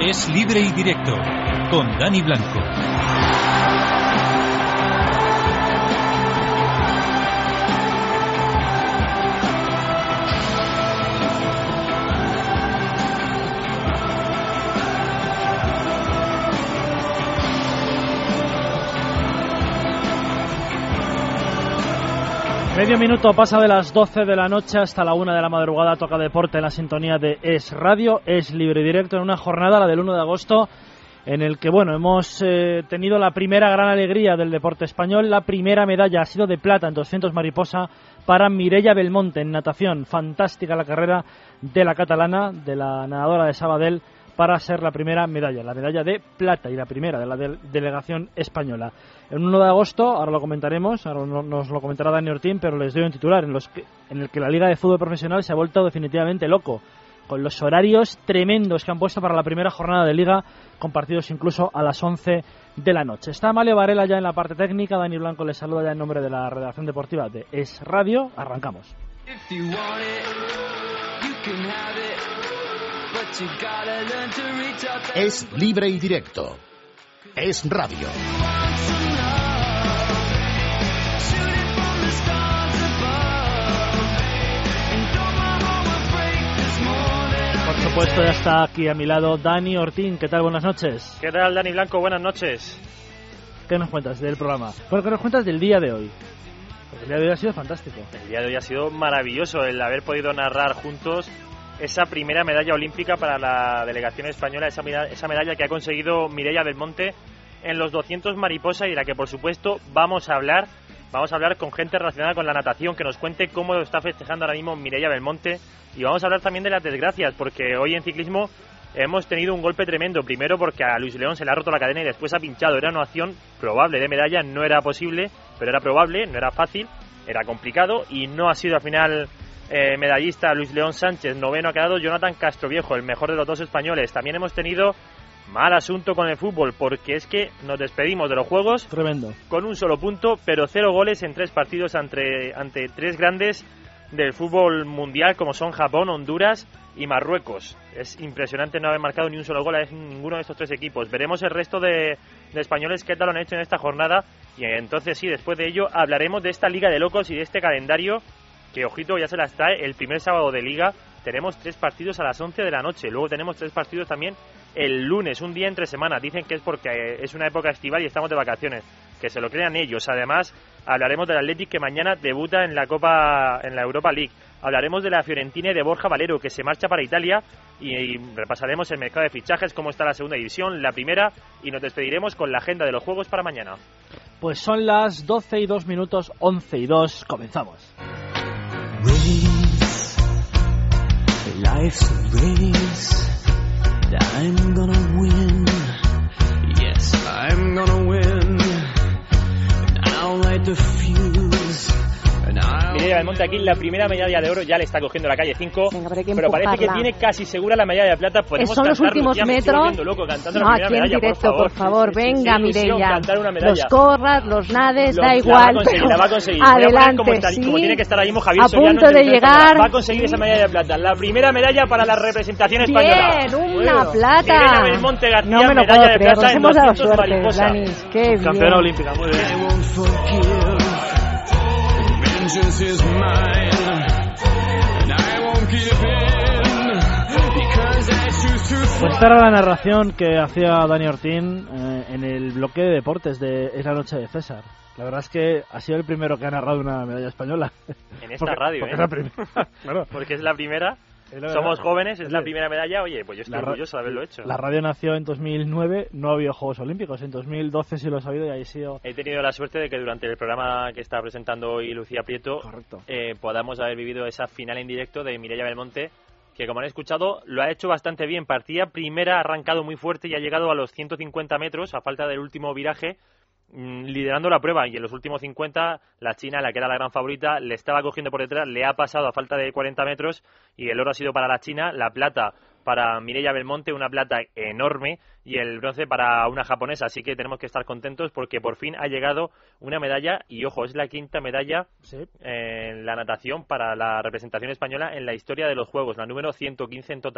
Es libre y directo con Dani Blanco. Medio minuto pasa de las 12 de la noche hasta la 1 de la madrugada. Toca deporte en la sintonía de Es Radio, Es libre y directo, en una jornada, la del 1 de agosto, en el que hemos tenido la primera gran alegría del deporte español. La primera medalla ha sido de plata en 200 mariposa para Mireia Belmonte en natación. Fantástica la carrera de la catalana, de la nadadora de Sabadell, para ser la primera medalla, la medalla de plata y la primera de la delegación española. En 1 de agosto, ahora lo comentaremos, ahora nos lo comentará Dani Ortín, pero les doy un titular en el que la Liga de Fútbol Profesional se ha vuelto definitivamente loco, con los horarios tremendos que han puesto para la primera jornada de Liga, con partidos incluso a las 11 de la noche. Está Amalio Varela ya en la parte técnica, Dani Blanco les saluda ya en nombre de la redacción deportiva de Es Radio. Arrancamos. Es libre y directo. Es radio. Por supuesto, ya está aquí a mi lado Dani Ortín. ¿Qué tal? Buenas noches. ¿Qué tal, Dani Blanco? Buenas noches. ¿Qué nos cuentas del programa? Bueno, ¿qué nos cuentas del día de hoy? Porque el día de hoy ha sido fantástico. El día de hoy ha sido maravilloso el haber podido narrar juntos esa primera medalla olímpica para la delegación española, esa medalla que ha conseguido Mireia Belmonte en los 200 mariposa y de la que, por supuesto, vamos a hablar con gente relacionada con la natación, que nos cuente cómo lo está festejando ahora mismo Mireia Belmonte, y vamos a hablar también de las desgracias, porque hoy en ciclismo hemos tenido un golpe tremendo, primero porque a Luis León se le ha roto la cadena y después ha pinchado. Era una opción probable de medalla, no era posible, pero era probable, no era fácil, era complicado y no ha sido al final medallista Luis León Sánchez. Noveno ha quedado Jonathan Castroviejo, el mejor de los dos españoles. También hemos tenido mal asunto con el fútbol, porque es que nos despedimos de los Juegos tremendo, con un solo punto, pero 0 goles en 3 partidos ante 3 grandes del fútbol mundial, como son Japón, Honduras y Marruecos. Es impresionante no haber marcado ni un solo gol a ninguno de estos 3 equipos. Veremos el resto de españoles qué tal lo han hecho en esta jornada, y entonces sí, después de ello hablaremos de esta Liga de Locos y de este calendario que, ojito, ya se las trae el primer sábado de Liga. Tenemos 3 partidos a las 11 de la noche, luego tenemos 3 partidos también el lunes, un día entre semana. Dicen que es porque es una época estival y estamos de vacaciones, que se lo crean ellos. Además, hablaremos del Athletic, que mañana debuta en la Europa League. Hablaremos de la Fiorentina y de Borja Valero, que se marcha para Italia, y repasaremos el mercado de fichajes, cómo está la segunda división, la primera, y nos despediremos con la agenda de los Juegos para mañana. Pues son las 12 y 2 minutos, 11 y 2, comenzamos. Life's a race that I'm gonna win. Yes, I'm gonna win. And I'll light the fuse. Mireia Belmonte aquí, la primera medalla de oro, ya le está cogiendo la calle 5. Venga, pero parece que tiene casi segura la medalla de plata. Podemos son los últimos metros. Loco, no, aquí en directo, por favor. Venga, Mireia. Los corras, los nades, da igual. La va a conseguir. Adelante, como tiene que estar ahí mismo Javier a Soriano, punto de llegar. Va a conseguir esa medalla de plata. La primera medalla para la representación española. Bien, una plata. Mireia Belmonte García, no me lo medalla puedo de creer. plata en Hemos dado 200 suerte, mariposa. Dani. Qué bien. Campeona olímpica, muy bien. Pues esta era la narración que hacía Dani Ortín en el bloque de deportes de Es la noche de César. La verdad es que ha sido el primero que ha narrado una medalla española. En esta radio, porque es la primera. Claro. Porque es la primera. Somos jóvenes, es la primera medalla. Oye, pues yo estoy orgulloso de haberlo hecho. La radio nació en 2009, no había Juegos Olímpicos. En 2012 sí lo he sabido y ahí sí. He tenido la suerte de que durante el programa que está presentando hoy Lucía Prieto, podamos haber vivido esa final en directo de Mireia Belmonte, que, como han escuchado, lo ha hecho bastante bien. Partida primera, ha arrancado muy fuerte y ha llegado a los 150 metros a falta del último viraje, liderando la prueba, y en los últimos 50 la China, la que era la gran favorita, le estaba cogiendo por detrás, le ha pasado a falta de 40 metros y el oro ha sido para la China, la plata para Mireia Belmonte, una plata enorme, y el bronce para una japonesa. Así que tenemos que estar contentos porque por fin ha llegado una medalla, y ojo, es la quinta medalla en la natación para la representación española en la historia de los Juegos, la número 115 en total.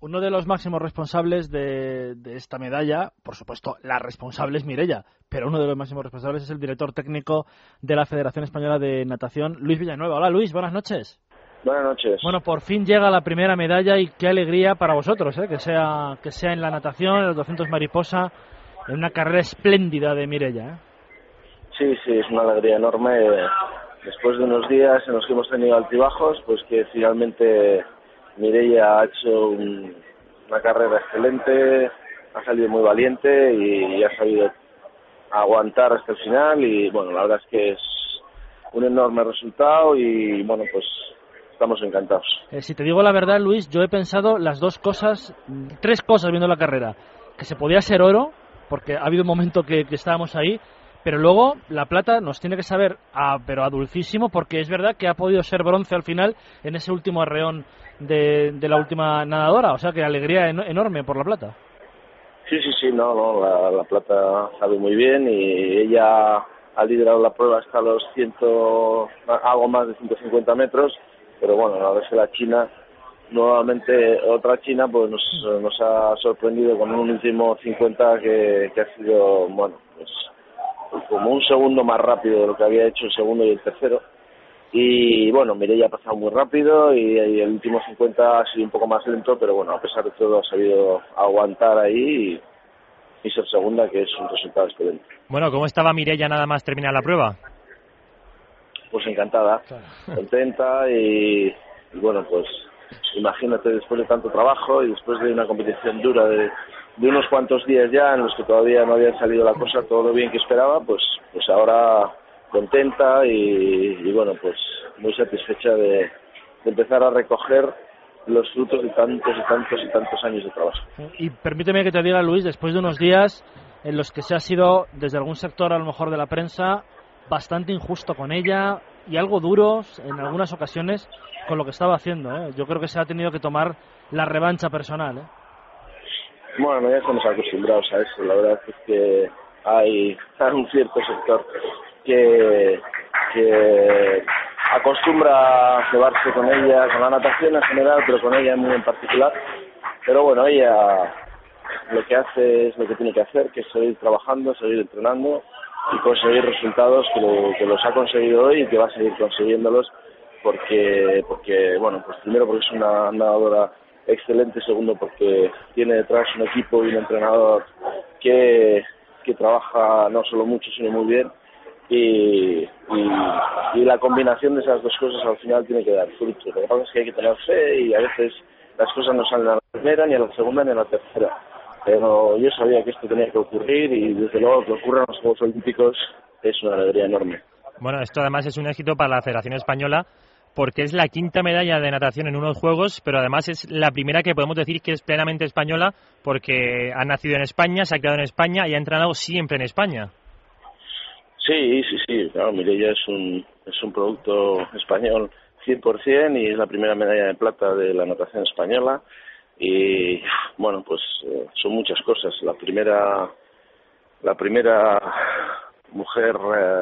Uno de los máximos responsables de esta medalla, por supuesto, la responsable es Mireia, pero uno de los máximos responsables es el director técnico de la Federación Española de Natación, Luis Villanueva. Hola Luis, buenas noches. Buenas noches. Bueno, por fin llega la primera medalla y qué alegría para vosotros, que sea en la natación, en los 200 mariposa, en una carrera espléndida de Mireia. Sí, es una alegría enorme. Después de unos días en los que hemos tenido altibajos, pues que finalmente Mireia ha hecho una carrera excelente, ha salido muy valiente y ha sabido aguantar hasta el final y bueno, la verdad es que es un enorme resultado y bueno, pues estamos encantados. Si te digo la verdad, Luis, yo he pensado tres cosas viendo la carrera. Que se podía ser oro, porque ha habido un momento que estábamos ahí, pero luego la plata nos tiene que saber pero a dulcísimo, porque es verdad que ha podido ser bronce al final en ese último arreón de la última nadadora, o sea que alegría enorme por la plata. Sí, la plata sabe muy bien y ella ha liderado la prueba hasta los algo más de 150 metros, pero bueno, la verdad es que la China, nuevamente otra China, pues nos ha sorprendido con un último 50 que ha sido, bueno, pues como un segundo más rápido de lo que había hecho el segundo y el tercero. Y bueno, Mireia ha pasado muy rápido y el último 50 ha sido un poco más lento, pero bueno, a pesar de todo ha sabido aguantar ahí y ser segunda, que es un resultado excelente. Bueno, ¿cómo estaba Mireia nada más terminar la prueba? Pues encantada, contenta y bueno, pues imagínate, después de tanto trabajo y después de una competición dura de unos cuantos días ya en los que todavía no habían salido la cosa todo lo bien que esperaba, pues ahora contenta y bueno, pues muy satisfecha de empezar a recoger los frutos de tantos años de trabajo. Y permíteme que te diga, Luis, después de unos días en los que se ha sido, desde algún sector a lo mejor de la prensa, bastante injusto con ella y algo duros en algunas ocasiones con lo que estaba haciendo. Yo creo que se ha tenido que tomar la revancha personal. Bueno, ya estamos acostumbrados a eso. La verdad es que hay un cierto sector que acostumbra a cebarse con ella, con la natación en general, pero con ella muy en particular. Pero bueno, ella lo que hace es lo que tiene que hacer, que es seguir trabajando, seguir entrenando y conseguir resultados que los ha conseguido hoy y que va a seguir consiguiéndolos porque bueno, pues primero porque es una nadadora excelente, segundo porque tiene detrás un equipo y un entrenador que trabaja no solo mucho sino muy bien y la combinación de esas dos cosas al final tiene que dar frutos. Lo que pasa es que hay que tener fe y a veces las cosas no salen a la primera, ni a la segunda, ni a la tercera. Pero yo sabía que esto tenía que ocurrir y desde luego que ocurra en los Juegos Olímpicos es una alegría enorme. Bueno, esto además es un éxito para la Federación Española porque es la quinta medalla de natación en unos Juegos, pero además es la primera que podemos decir que es plenamente española porque ha nacido en España, se ha criado en España y ha entrenado siempre en España. Sí, claro, Mireia es un producto español 100% y es la primera medalla de plata de la natación española y bueno, pues son muchas cosas. La primera mujer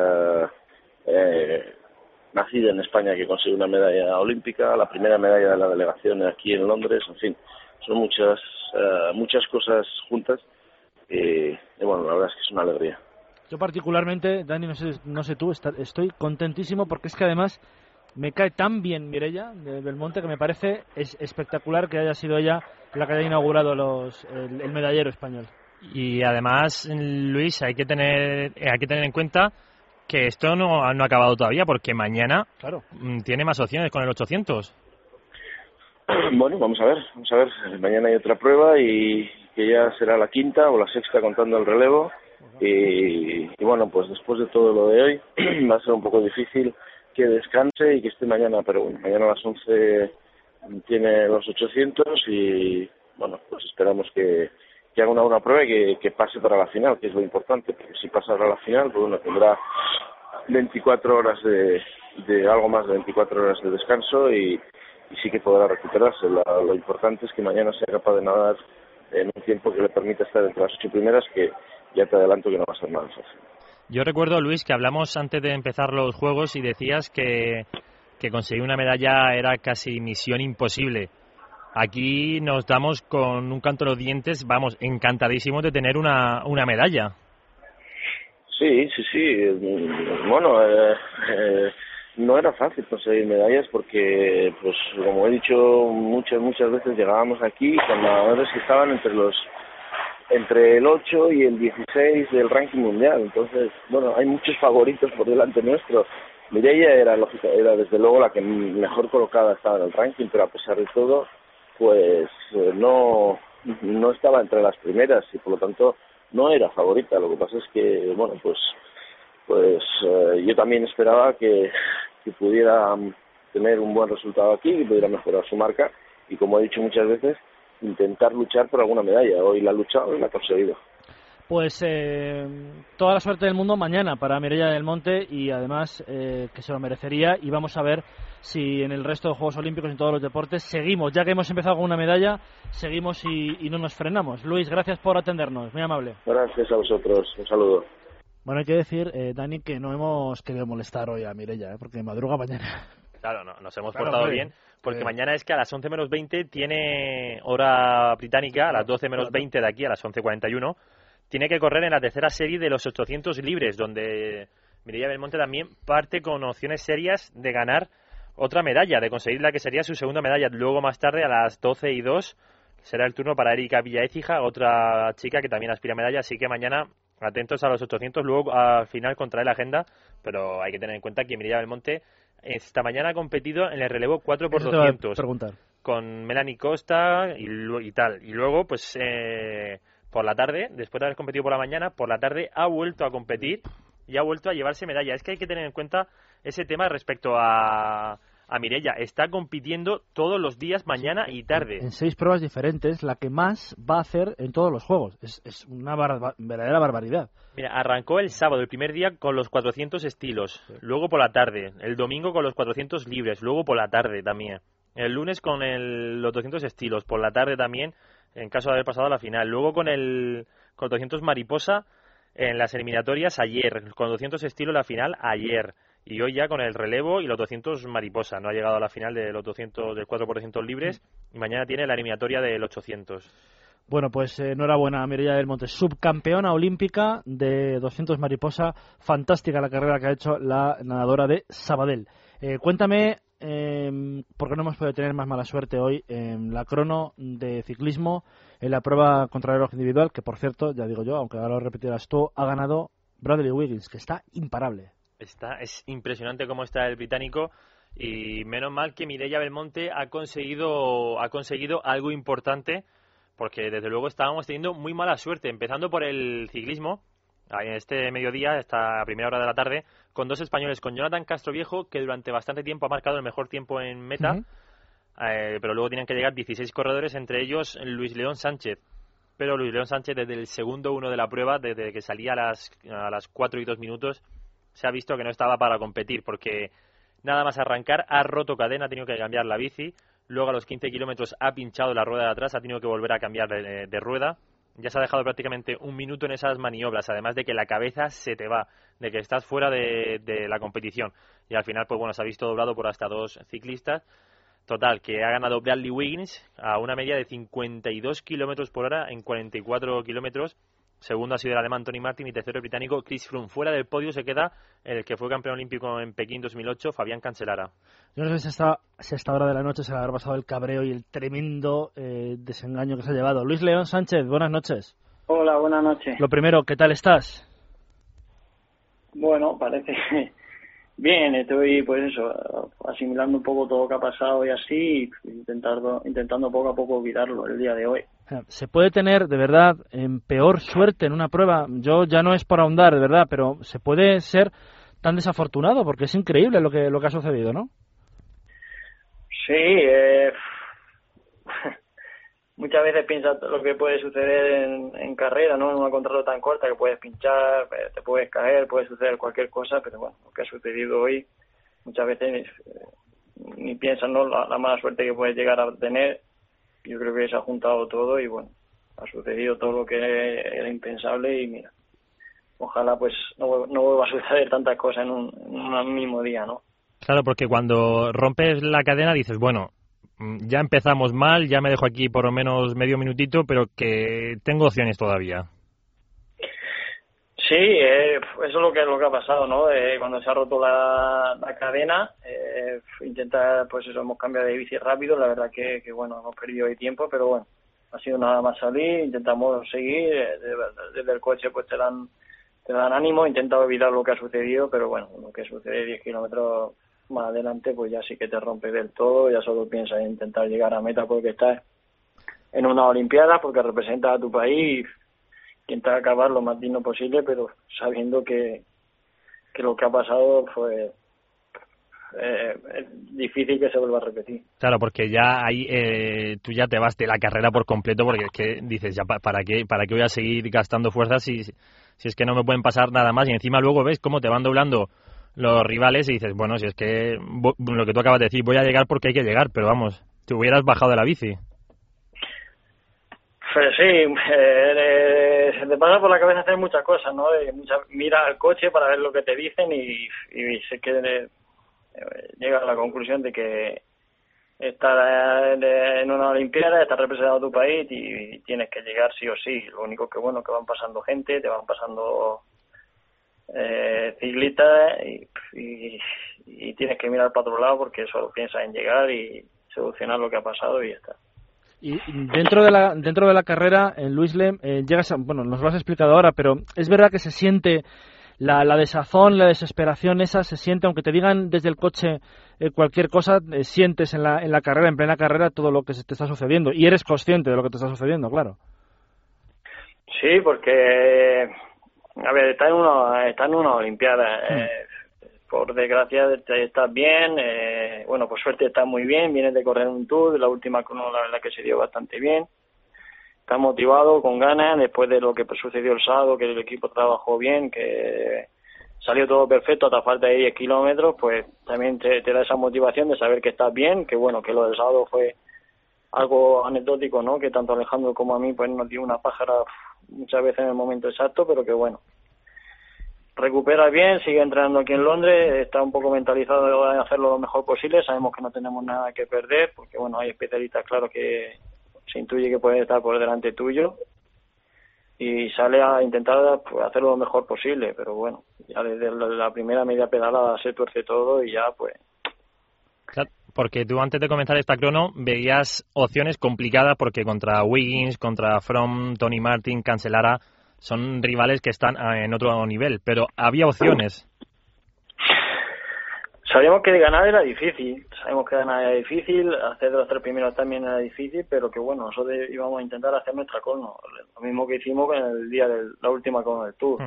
nacida en España que consigue una medalla olímpica, la primera medalla de la delegación aquí en Londres, en fin, son muchas cosas juntas y bueno, la verdad es que es una alegría. Yo particularmente, Dani, no sé tú, estoy contentísimo porque es que además me cae tan bien Mireia de Belmonte que me parece espectacular que haya sido ella la que haya inaugurado el medallero español. Y además, Luis, hay que tener en cuenta que esto no ha acabado todavía porque mañana tiene más opciones con el 800. Bueno, vamos a ver. Mañana hay otra prueba y que ya será la quinta o la sexta contando el relevo. Y bueno, pues después de todo lo de hoy va a ser un poco difícil que descanse y que esté mañana, pero bueno, mañana a las 11 tiene los 800 y bueno, pues esperamos que haga una buena prueba y que pase para la final, que es lo importante, porque si pasa para la final, pues bueno, tendrá 24 horas de algo más de 24 horas de descanso y sí que podrá recuperarse. Lo importante es que mañana sea capaz de nadar en un tiempo que le permita estar entre las 8 primeras, que ya te adelanto que no va a ser nada fácil. Yo recuerdo, Luis, que hablamos antes de empezar los Juegos y decías que conseguir una medalla era casi misión imposible. aquí nos damos con un canto a los dientes, vamos, encantadísimos de tener una medalla. Sí. Bueno, no era fácil conseguir medallas porque, pues como he dicho muchas veces, llegábamos aquí con nadadores que estaban entre el 8 y el 16 del ranking mundial. Entonces, bueno, hay muchos favoritos por delante nuestro. Mireia era desde luego la que mejor colocada estaba en el ranking, pero a pesar de todo, pues no estaba entre las primeras y por lo tanto no era favorita. Lo que pasa es que, bueno, pues yo también esperaba que pudiera tener un buen resultado aquí, que pudiera mejorar su marca y, como he dicho muchas veces, intentar luchar por alguna medalla. Hoy la ha luchado y la ha conseguido. Pues toda la suerte del mundo mañana para Mireia del Monte y además que se lo merecería, y vamos a ver si en el resto de Juegos Olímpicos y en todos los deportes seguimos, ya que hemos empezado con una medalla, seguimos y no nos frenamos. Luis, gracias por atendernos, muy amable. Gracias a vosotros, un saludo. Bueno, hay que decir, Dani, que no hemos querido molestar hoy a Mireia, porque madruga mañana. Claro, no, nos hemos portado bien, porque mañana es que a las 11 menos 20 tiene hora británica, a las 12 menos 20 de aquí, a las 11:41, tiene que correr en la tercera serie de los 800 libres, donde Mireia Belmonte también parte con opciones serias de ganar otra medalla, de conseguir la que sería su segunda medalla. Luego, más tarde, a las 12:02, será el turno para Erika Villaécija, otra chica que también aspira a medalla, así que mañana atentos a los 800, luego al final contrae la agenda, pero hay que tener en cuenta que Mireia Belmonte esta mañana ha competido en el relevo 4x200 con Melanie Costa y tal, y luego pues por la tarde, después de haber competido por la mañana, por la tarde ha vuelto a competir y ha vuelto a llevarse medalla. Es que hay que tener en cuenta ese tema respecto a Mireia. Está compitiendo todos los días, mañana y tarde. En 6 pruebas diferentes, la que más va a hacer en todos los juegos. Es una verdadera barbaridad. Mira, arrancó el sábado, el primer día, con los 400 estilos, luego por la tarde, el domingo con los 400 libres, luego por la tarde también, el lunes con los 200 estilos, por la tarde también, en caso de haber pasado a la final, luego con 200 mariposa en las eliminatorias ayer, con 200 estilos la final ayer, y hoy ya con el relevo y los 200 mariposa. No ha llegado a la final de los 200 del 4x200 libres y mañana tiene la eliminatoria del 800. Bueno, pues enhorabuena a Mireia del Monte, subcampeona olímpica de 200 mariposa. Fantástica la carrera que ha hecho la nadadora de Sabadell. Cuéntame, ¿por qué no hemos podido tener más mala suerte hoy en la crono de ciclismo, en la prueba contrarreloj individual, que por cierto, ya digo yo, aunque ahora lo repetirás tú, ha ganado Bradley Wiggins, que está imparable. Es impresionante cómo está el británico, y menos mal que Mireia Belmonte ha conseguido algo importante, porque desde luego estábamos teniendo muy mala suerte, empezando por el ciclismo, en este mediodía, esta primera hora de la tarde, con 2 españoles, con Jonathan Castroviejo, que durante bastante tiempo ha marcado el mejor tiempo en meta, pero luego tenían que llegar 16 corredores, entre ellos Luis León Sánchez. Pero Luis León Sánchez, desde el segundo 1 de la prueba, desde que salía a las 4 y 2 minutos, se ha visto que no estaba para competir, porque nada más arrancar ha roto cadena, ha tenido que cambiar la bici, luego a los 15 kilómetros ha pinchado la rueda de atrás, ha tenido que volver a cambiar de rueda, ya se ha dejado prácticamente un minuto en esas maniobras, además de que la cabeza se te va, de que estás fuera de la competición, y al final pues bueno, se ha visto doblado por hasta 2 ciclistas. Total, que ha ganado Bradley Wiggins a una media de 52 kilómetros por hora en 44 kilómetros. Segundo ha sido el alemán Tony Martin y tercero el británico Chris Froome. Fuera del podio se queda el que fue campeón olímpico en Pekín 2008, Fabián Cancellara. Yo no sé si a esta hora de la noche se le habrá pasado el cabreo y el tremendo desengaño que se ha llevado. Luis León Sánchez, buenas noches. Hola, buenas noches. Lo primero, ¿qué tal estás? Bueno, parece bien, estoy pues eso, asimilando un poco todo lo que ha pasado y así, intentando poco a poco olvidarlo el día de hoy. Se puede tener, de verdad, en peor suerte en una prueba. Yo ya no es por ahondar, de verdad, pero se puede ser tan desafortunado, porque es increíble lo que ha sucedido, ¿no? Sí, muchas veces piensas lo que puede suceder en carrera, ¿no? En una contrarreloj tan corta, que puedes pinchar, te puedes caer, puede suceder cualquier cosa, pero bueno, lo que ha sucedido hoy, muchas veces ni piensas, ¿no? La mala suerte que puedes llegar a tener. Yo creo que se ha juntado todo y bueno, ha sucedido todo lo que era impensable y mira, ojalá pues no vuelva a suceder tantas cosas en un mismo día, ¿no? Claro, porque cuando rompes la cadena dices, bueno, ya empezamos mal, ya me dejo aquí por lo menos medio minutito, pero que tengo opciones todavía. Sí, eso es lo que ha pasado, ¿no? Cuando se ha roto la cadena, intentar, pues eso, hemos cambiado de bici rápido, la verdad que bueno, hemos perdido ahí tiempo, pero bueno, ha sido nada más salir, intentamos seguir, desde el coche pues te dan ánimo, he intentado evitar lo que ha sucedido, pero bueno, lo que sucede 10 kilómetros más adelante, pues ya sí que te rompe del todo, ya solo piensas en intentar llegar a meta porque estás en una olimpiada, porque representas a tu país, intentar acabar lo más digno posible, pero sabiendo que lo que ha pasado fue es difícil que se vuelva a repetir. Claro, porque ya ahí tú ya te vas de la carrera por completo, porque es que dices, ya ¿para qué voy a seguir gastando fuerzas si es que no me pueden pasar nada más? Y encima luego ves cómo te van doblando los rivales y dices, bueno, si es que lo que tú acabas de decir, voy a llegar porque hay que llegar, pero vamos, te hubieras bajado de la bici. Pues sí, se te pasa por la cabeza hacer muchas cosas, ¿no? Mira al coche para ver lo que te dicen y sé que llega a la conclusión de que estar en una olimpiada, estar representando a tu país y tienes que llegar sí o sí. Lo único que bueno, que van pasando gente, te van pasando ciclistas y tienes que mirar para otro lado porque solo piensas en llegar y solucionar lo que ha pasado y ya está. Y dentro de la carrera, Luis Lem, llegas a, bueno, nos lo has explicado ahora, pero es verdad que se siente la desazón, la desesperación esa, se siente, aunque te digan desde el coche cualquier cosa, sientes en la carrera, en plena carrera, todo lo que te está sucediendo, y eres consciente de lo que te está sucediendo, claro. Sí, porque, a ver, está en una olimpiada, por desgracia estás bien, bueno, por suerte estás muy bien, vienes de correr un tour, la última crono la verdad que se dio bastante bien, estás motivado, con ganas, después de lo que sucedió el sábado, que el equipo trabajó bien, que salió todo perfecto hasta falta de 10 kilómetros, pues también te da esa motivación de saber que estás bien, que bueno, que lo del sábado fue algo anecdótico, ¿no? Que tanto Alejandro como a mí pues nos dio una pájara muchas veces en el momento exacto, pero que bueno, recupera bien, sigue entrenando aquí en Londres, está un poco mentalizado en hacerlo lo mejor posible, sabemos que no tenemos nada que perder, porque bueno, hay especialistas, claro, que se intuye que pueden estar por delante tuyo, y sale a intentar pues, hacerlo lo mejor posible, pero bueno, ya desde la primera media pedalada se tuerce todo y ya pues... Claro, porque tú antes de comenzar esta crono veías opciones complicadas porque contra Wiggins, contra Froome, Tony Martin, Cancellara son rivales que están en otro nivel, pero había opciones. Sabíamos que ganar era difícil, hacer de los tres primeros también era difícil, pero que bueno, nosotros íbamos a intentar hacer nuestra crono, lo mismo que hicimos en el día de la última crono del Tour.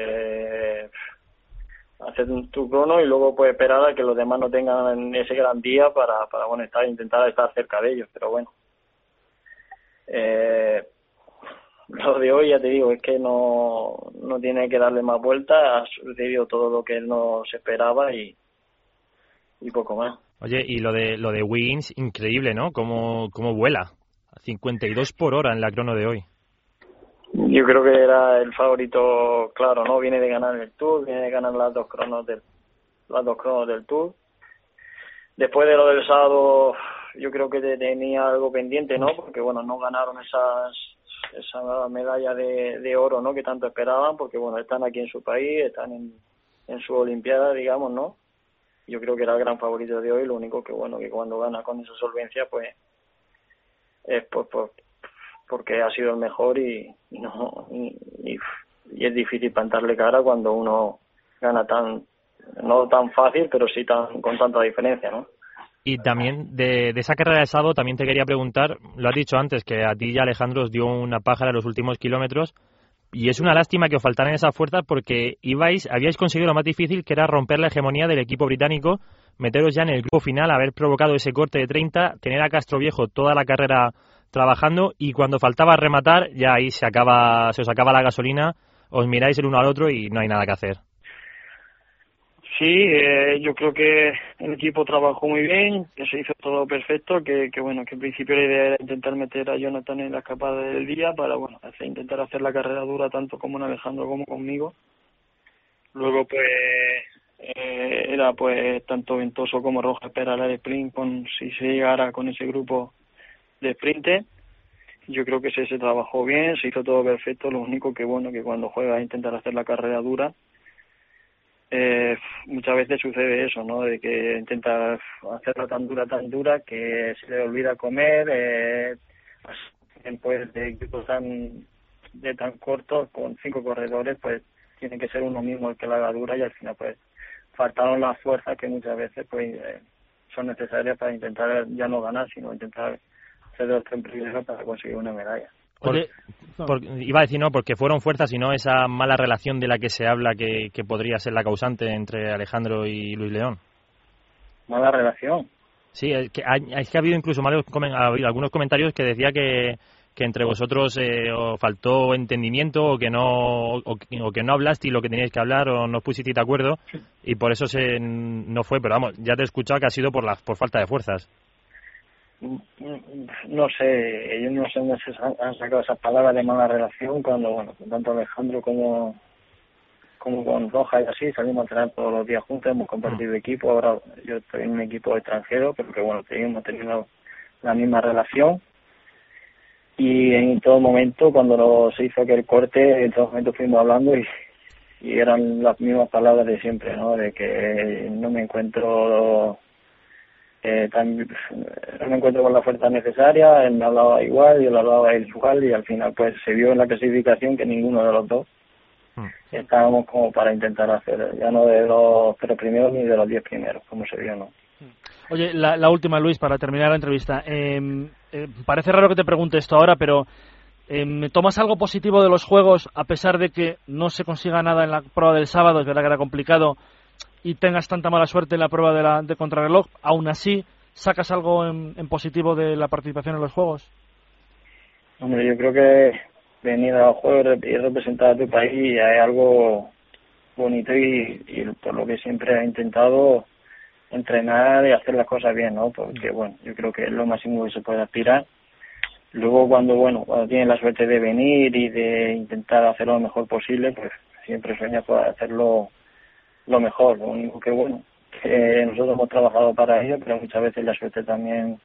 Hacer tu crono y luego pues esperar a que los demás no tengan ese gran día para bueno, intentar estar cerca de ellos, pero bueno. Lo de hoy, ya te digo, es que no tiene que darle más vueltas, ha sucedido todo lo que no se esperaba y poco más. Oye, y lo de Wiggins, increíble, ¿no? Cómo vuela, a 52 por hora en la crono de hoy. Yo creo que era el favorito, claro, ¿no? Viene de ganar el Tour, viene de ganar las dos cronos del Tour. Después de lo del sábado, yo creo que tenía algo pendiente, ¿no? Porque bueno, no ganaron esa medalla de oro, ¿no? Que tanto esperaban, porque bueno, están aquí en su país, están en su olimpiada, digamos, ¿no? Yo creo que era el gran favorito de hoy, lo único que bueno, que cuando gana con esa solvencia, pues es porque ha sido el mejor y es difícil plantarle cara cuando uno gana no tan fácil, pero sí con tanta diferencia, ¿no? Y también de esa carrera de sábado también te quería preguntar, lo has dicho antes, que a ti y a Alejandro os dio una pájara en los últimos kilómetros, y es una lástima que os faltaran esas fuerzas porque habíais conseguido lo más difícil, que era romper la hegemonía del equipo británico, meteros ya en el grupo final, haber provocado ese corte de 30, tener a Castroviejo toda la carrera trabajando, y cuando faltaba rematar, ya ahí se os acaba la gasolina, os miráis el uno al otro y no hay nada que hacer. Sí, yo creo que el equipo trabajó muy bien, que se hizo todo perfecto, que bueno, que en principio la idea era intentar meter a Jonathan en la escapada del día para bueno, intentar hacer la carrera dura tanto como en Alejandro como conmigo. Luego pues era pues tanto Ventoso como Rojas esperar el sprint si se llegara con ese grupo de sprinters. Yo creo que se trabajó bien, se hizo todo perfecto. Lo único que bueno, que cuando juegas a intentar hacer la carrera dura, muchas veces sucede eso, ¿no? De que intentas hacerla tan dura que se le olvida comer, pues de equipos tan cortos, con 5 corredores, pues tiene que ser uno mismo el que la haga dura, y al final pues faltaron las fuerzas que muchas veces pues son necesarias para intentar ya no ganar, sino intentar hacer los 3 primeros para conseguir una medalla. Iba a decir no, porque fueron fuerzas y no esa mala relación de la que se habla que podría ser la causante entre Alejandro y Luis León. ¿Mala relación? Sí, es que ha habido incluso algunos comentarios que decía que entre vosotros os faltó entendimiento o que no hablaste lo que teníais que hablar o no os pusisteis de acuerdo y por eso no fue, pero vamos, ya te he escuchado que ha sido por falta de fuerzas. No sé, ellos no sé dónde se han sacado esas palabras de mala relación cuando, bueno, tanto Alejandro como con Rojas y así salimos a entrenar todos los días juntos, hemos compartido equipo. Ahora yo estoy en un equipo extranjero, pero que bueno, hemos tenido la misma relación. Y en todo momento, cuando se hizo aquel corte, en todo momento fuimos hablando y eran las mismas palabras de siempre, ¿no? De que no me encuentro con la fuerza necesaria, él me hablaba igual, yo le hablaba igual, y al final pues se vio en la clasificación que ninguno de los dos estábamos como para intentar hacer, ya no de los 3 primeros ni de los 10 primeros, como se vio, ¿no? Oye, la última, Luis, para terminar la entrevista. Parece raro que te pregunte esto ahora, pero ¿tomas algo positivo de los Juegos a pesar de que no se consiga nada en la prueba del sábado? Es verdad que era complicado y tengas tanta mala suerte en la prueba de contrarreloj. Aún así, ¿sacas algo en positivo de la participación en los Juegos? Hombre, yo creo que venir a los Juegos y representar a tu país es algo bonito y por lo que siempre he intentado entrenar y hacer las cosas bien, ¿no? Porque, bueno, yo creo que es lo máximo que se puede aspirar. Luego, cuando tienes la suerte de venir y de intentar hacerlo lo mejor posible, pues siempre sueñas por hacerlo lo mejor. Lo único que, bueno, que nosotros hemos trabajado para ello, pero muchas veces la suerte también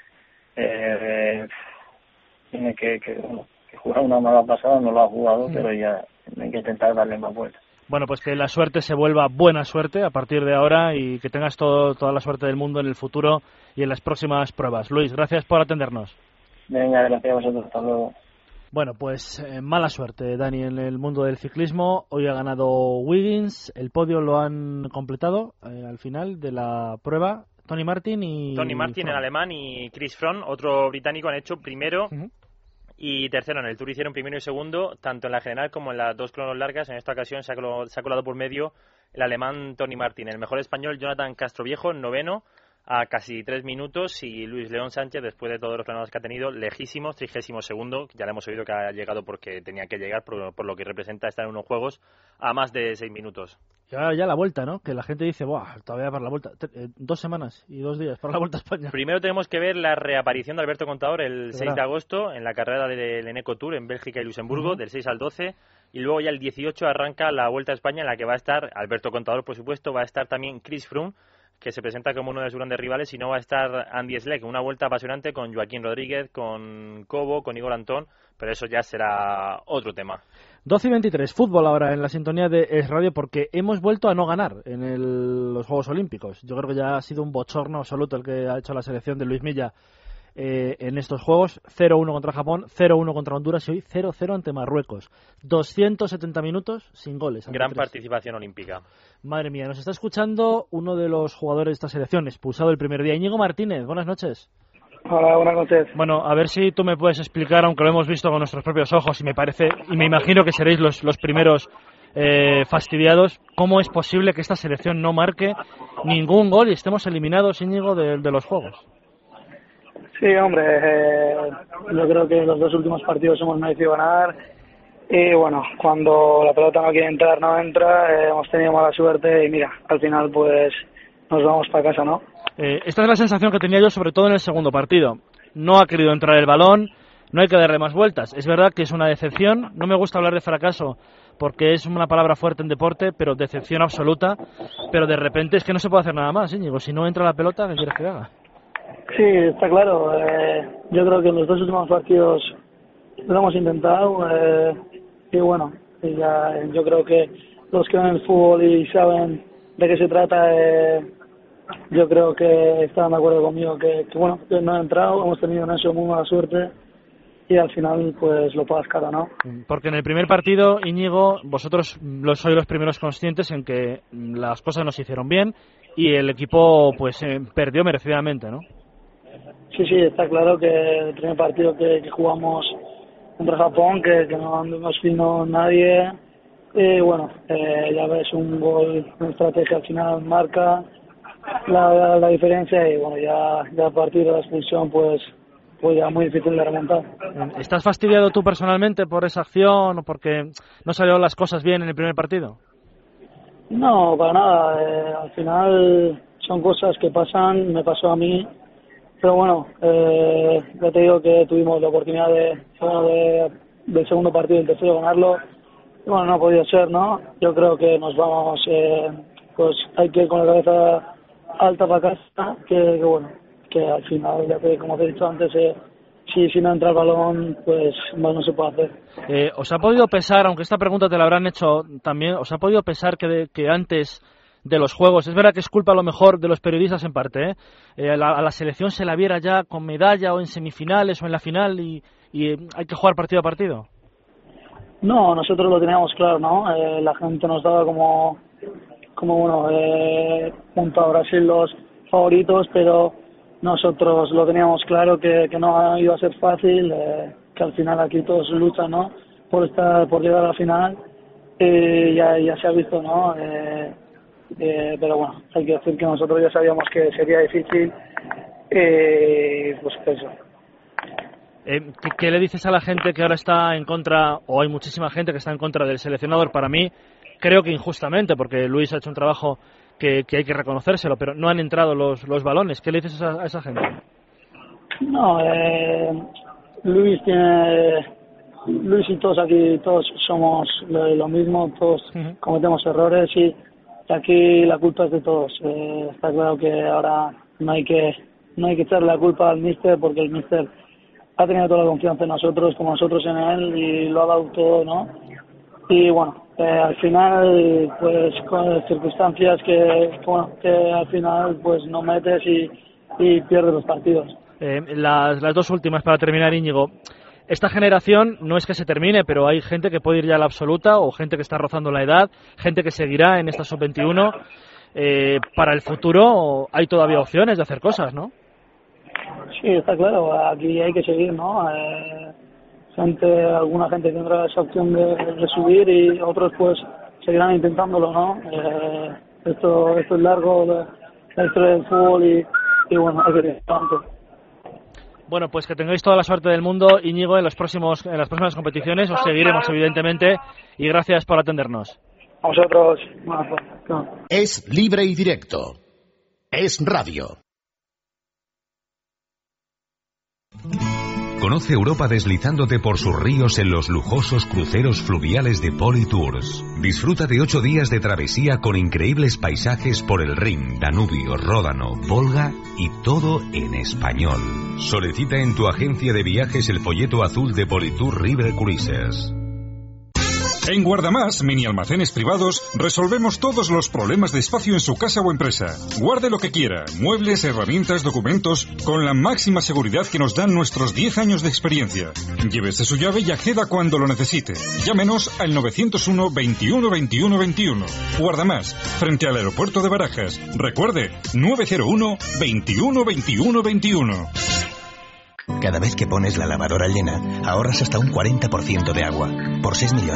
tiene que jugar una mala pasada, no lo ha jugado, pero ya hay que intentar darle más vueltas. Bueno, pues que la suerte se vuelva buena suerte a partir de ahora y que tengas toda la suerte del mundo en el futuro y en las próximas pruebas. Luis, gracias por atendernos. Venga, gracias a vosotros. Hasta luego. Bueno, pues mala suerte, Dani, en el mundo del ciclismo. Hoy ha ganado Wiggins. El podio lo han completado al final de la prueba Tony Martin, el alemán, y Chris Froome, otro británico, han hecho primero y tercero en el Tour. Hicieron primero y segundo, tanto en la general como en las 2 cronos largas. En esta ocasión se ha colado por medio el alemán Tony Martin. El mejor español, Jonathan Castroviejo, noveno, a casi 3 minutos, y Luis León Sánchez, después de todos los frenados que ha tenido, lejísimos, 32º, ya le hemos oído que ha llegado porque tenía que llegar, por lo que representa estar en unos Juegos a más de 6 minutos. Y ahora ya la vuelta, ¿no? Que la gente dice, ¡buah! Todavía para la vuelta. 2 semanas y 2 días para la Vuelta a España. Primero tenemos que ver la reaparición de Alberto Contador el 6 de agosto en la carrera del Eneco Tour en Bélgica y Luxemburgo, del 6 al 12. Y luego ya el 18 arranca la Vuelta a España, en la que va a estar Alberto Contador, por supuesto, va a estar también Chris Froome, que se presenta como uno de sus grandes rivales, y no va a estar Andy Schleck. Una vuelta apasionante con Joaquín Rodríguez, con Cobo, con Igor Antón, pero eso ya será otro tema. 12:23, fútbol ahora en la sintonía de Es Radio, porque hemos vuelto a no ganar en los Juegos Olímpicos. Yo creo que ya ha sido un bochorno absoluto el que ha hecho la selección de Luis Milla en estos Juegos. 0-1 contra Japón, 0-1 contra Honduras y hoy 0-0 ante Marruecos. 270 minutos sin goles. Gran participación olímpica. Madre mía, nos está escuchando uno de los jugadores de esta selección, expulsado el primer día, Íñigo Martínez. Buenas noches. Hola, buenas noches. Bueno, a ver si tú me puedes explicar, aunque lo hemos visto con nuestros propios ojos, y me imagino que seréis los primeros fastidiados, ¿cómo es posible que esta selección no marque ningún gol y estemos eliminados, Íñigo, de los Juegos? Sí, hombre, yo creo que los 2 últimos partidos hemos merecido ganar y bueno, cuando la pelota no quiere entrar, no entra, hemos tenido mala suerte y mira, al final pues nos vamos para casa, ¿no? Esta es la sensación que tenía yo, sobre todo en el segundo partido. No ha querido entrar el balón, no hay que darle más vueltas. Es verdad que es una decepción, no me gusta hablar de fracaso porque es una palabra fuerte en deporte, pero decepción absoluta, pero de repente es que no se puede hacer nada más, Íñigo, si no entra la pelota, ¿qué quieres que haga? Sí, está claro. Yo creo que en los 2 últimos partidos lo hemos intentado y bueno, yo creo que los que ven el fútbol y saben de qué se trata, yo creo que están de acuerdo conmigo que bueno, que no ha entrado, hemos tenido en eso muy mala suerte y al final pues lo pagas caro, ¿no? Porque en el primer partido, Íñigo, vosotros sois los primeros conscientes en que las cosas no se hicieron bien y el equipo pues perdió merecidamente, ¿no? Sí, está claro que el primer partido que jugamos contra Japón, que no nos vino nadie, bueno, ya ves, un gol, una estrategia al final marca la diferencia y bueno, ya a partir de la expulsión pues ya muy difícil de remontar. ¿Estás fastidiado tú personalmente por esa acción o porque no salieron las cosas bien en el primer partido? No, para nada, al final son cosas que pasan, me pasó a mí. Pero bueno, ya te digo que tuvimos la oportunidad del segundo partido y el tercero ganarlo. Y bueno, no ha podido ser, ¿no? Yo creo que nos vamos, pues hay que ir con la cabeza alta para casa, que bueno, que al final, como te he dicho antes, si no entra el balón, pues más no se puede hacer. ¿Os ha podido pesar, aunque esta pregunta te la habrán hecho también, os ha podido pesar que antes de los juegos, es verdad que es culpa a lo mejor de los periodistas en parte, a la selección se la viera ya con medalla o en semifinales o en la final y hay que jugar partido a partido? No, nosotros lo teníamos claro, ¿no? La gente nos daba como bueno, junto a Brasil los favoritos, pero nosotros lo teníamos claro que no iba a ser fácil, que al final aquí todos luchan, ¿no? Por llegar a la final, ya se ha visto, ¿no? Pero bueno, hay que decir que nosotros ya sabíamos que sería difícil, pues eso. ¿Qué le dices a la gente que ahora está en contra, o hay muchísima gente que está en contra del seleccionador? Para mí, creo que injustamente, porque Luis ha hecho un trabajo que hay que reconocérselo, pero no han entrado los balones. ¿Qué le dices a esa gente? No, Luis y todos aquí, todos somos lo mismo, todos cometemos errores y aquí la culpa es de todos. Está claro que ahora no hay que echarle la culpa al míster, porque el míster ha tenido toda la confianza en nosotros, como nosotros en él, y lo ha dado todo, ¿no? Y bueno, al final, pues con circunstancias que al final pues no metes y pierdes los partidos. Las 2 últimas para terminar, Íñigo. Esta generación no es que se termine, pero hay gente que puede ir ya a la absoluta o gente que está rozando la edad, gente que seguirá en esta sub-21. Para el futuro hay todavía opciones de hacer cosas, ¿no? Sí, está claro. Aquí hay que seguir, ¿no? Alguna gente tendrá esa opción de subir y otros pues seguirán intentándolo, ¿no? Esto es largo, la historia del fútbol y bueno, hay que ir tanto. Bueno, pues que tengáis toda la suerte del mundo, Íñigo, en las próximas competiciones. Os seguiremos, evidentemente, y gracias por atendernos. A vosotros. Es libre y directo. Es radio. Conoce Europa deslizándote por sus ríos en los lujosos cruceros fluviales de Politours. Disfruta de 8 días de travesía con increíbles paisajes por el Rin, Danubio, Ródano, Volga y todo en español. Solicita en tu agencia de viajes el folleto azul de Politour River Cruises. En Guardamás, mini almacenes privados, resolvemos todos los problemas de espacio en su casa o empresa. Guarde lo que quiera, muebles, herramientas, documentos, con la máxima seguridad que nos dan nuestros 10 años de experiencia. Llévese su llave y acceda cuando lo necesite. Llámenos al 901 21 21 21. Guardamás, frente al aeropuerto de Barajas. Recuerde, 901 21 21 21. Cada vez que pones la lavadora llena, ahorras hasta un 40% de agua. Por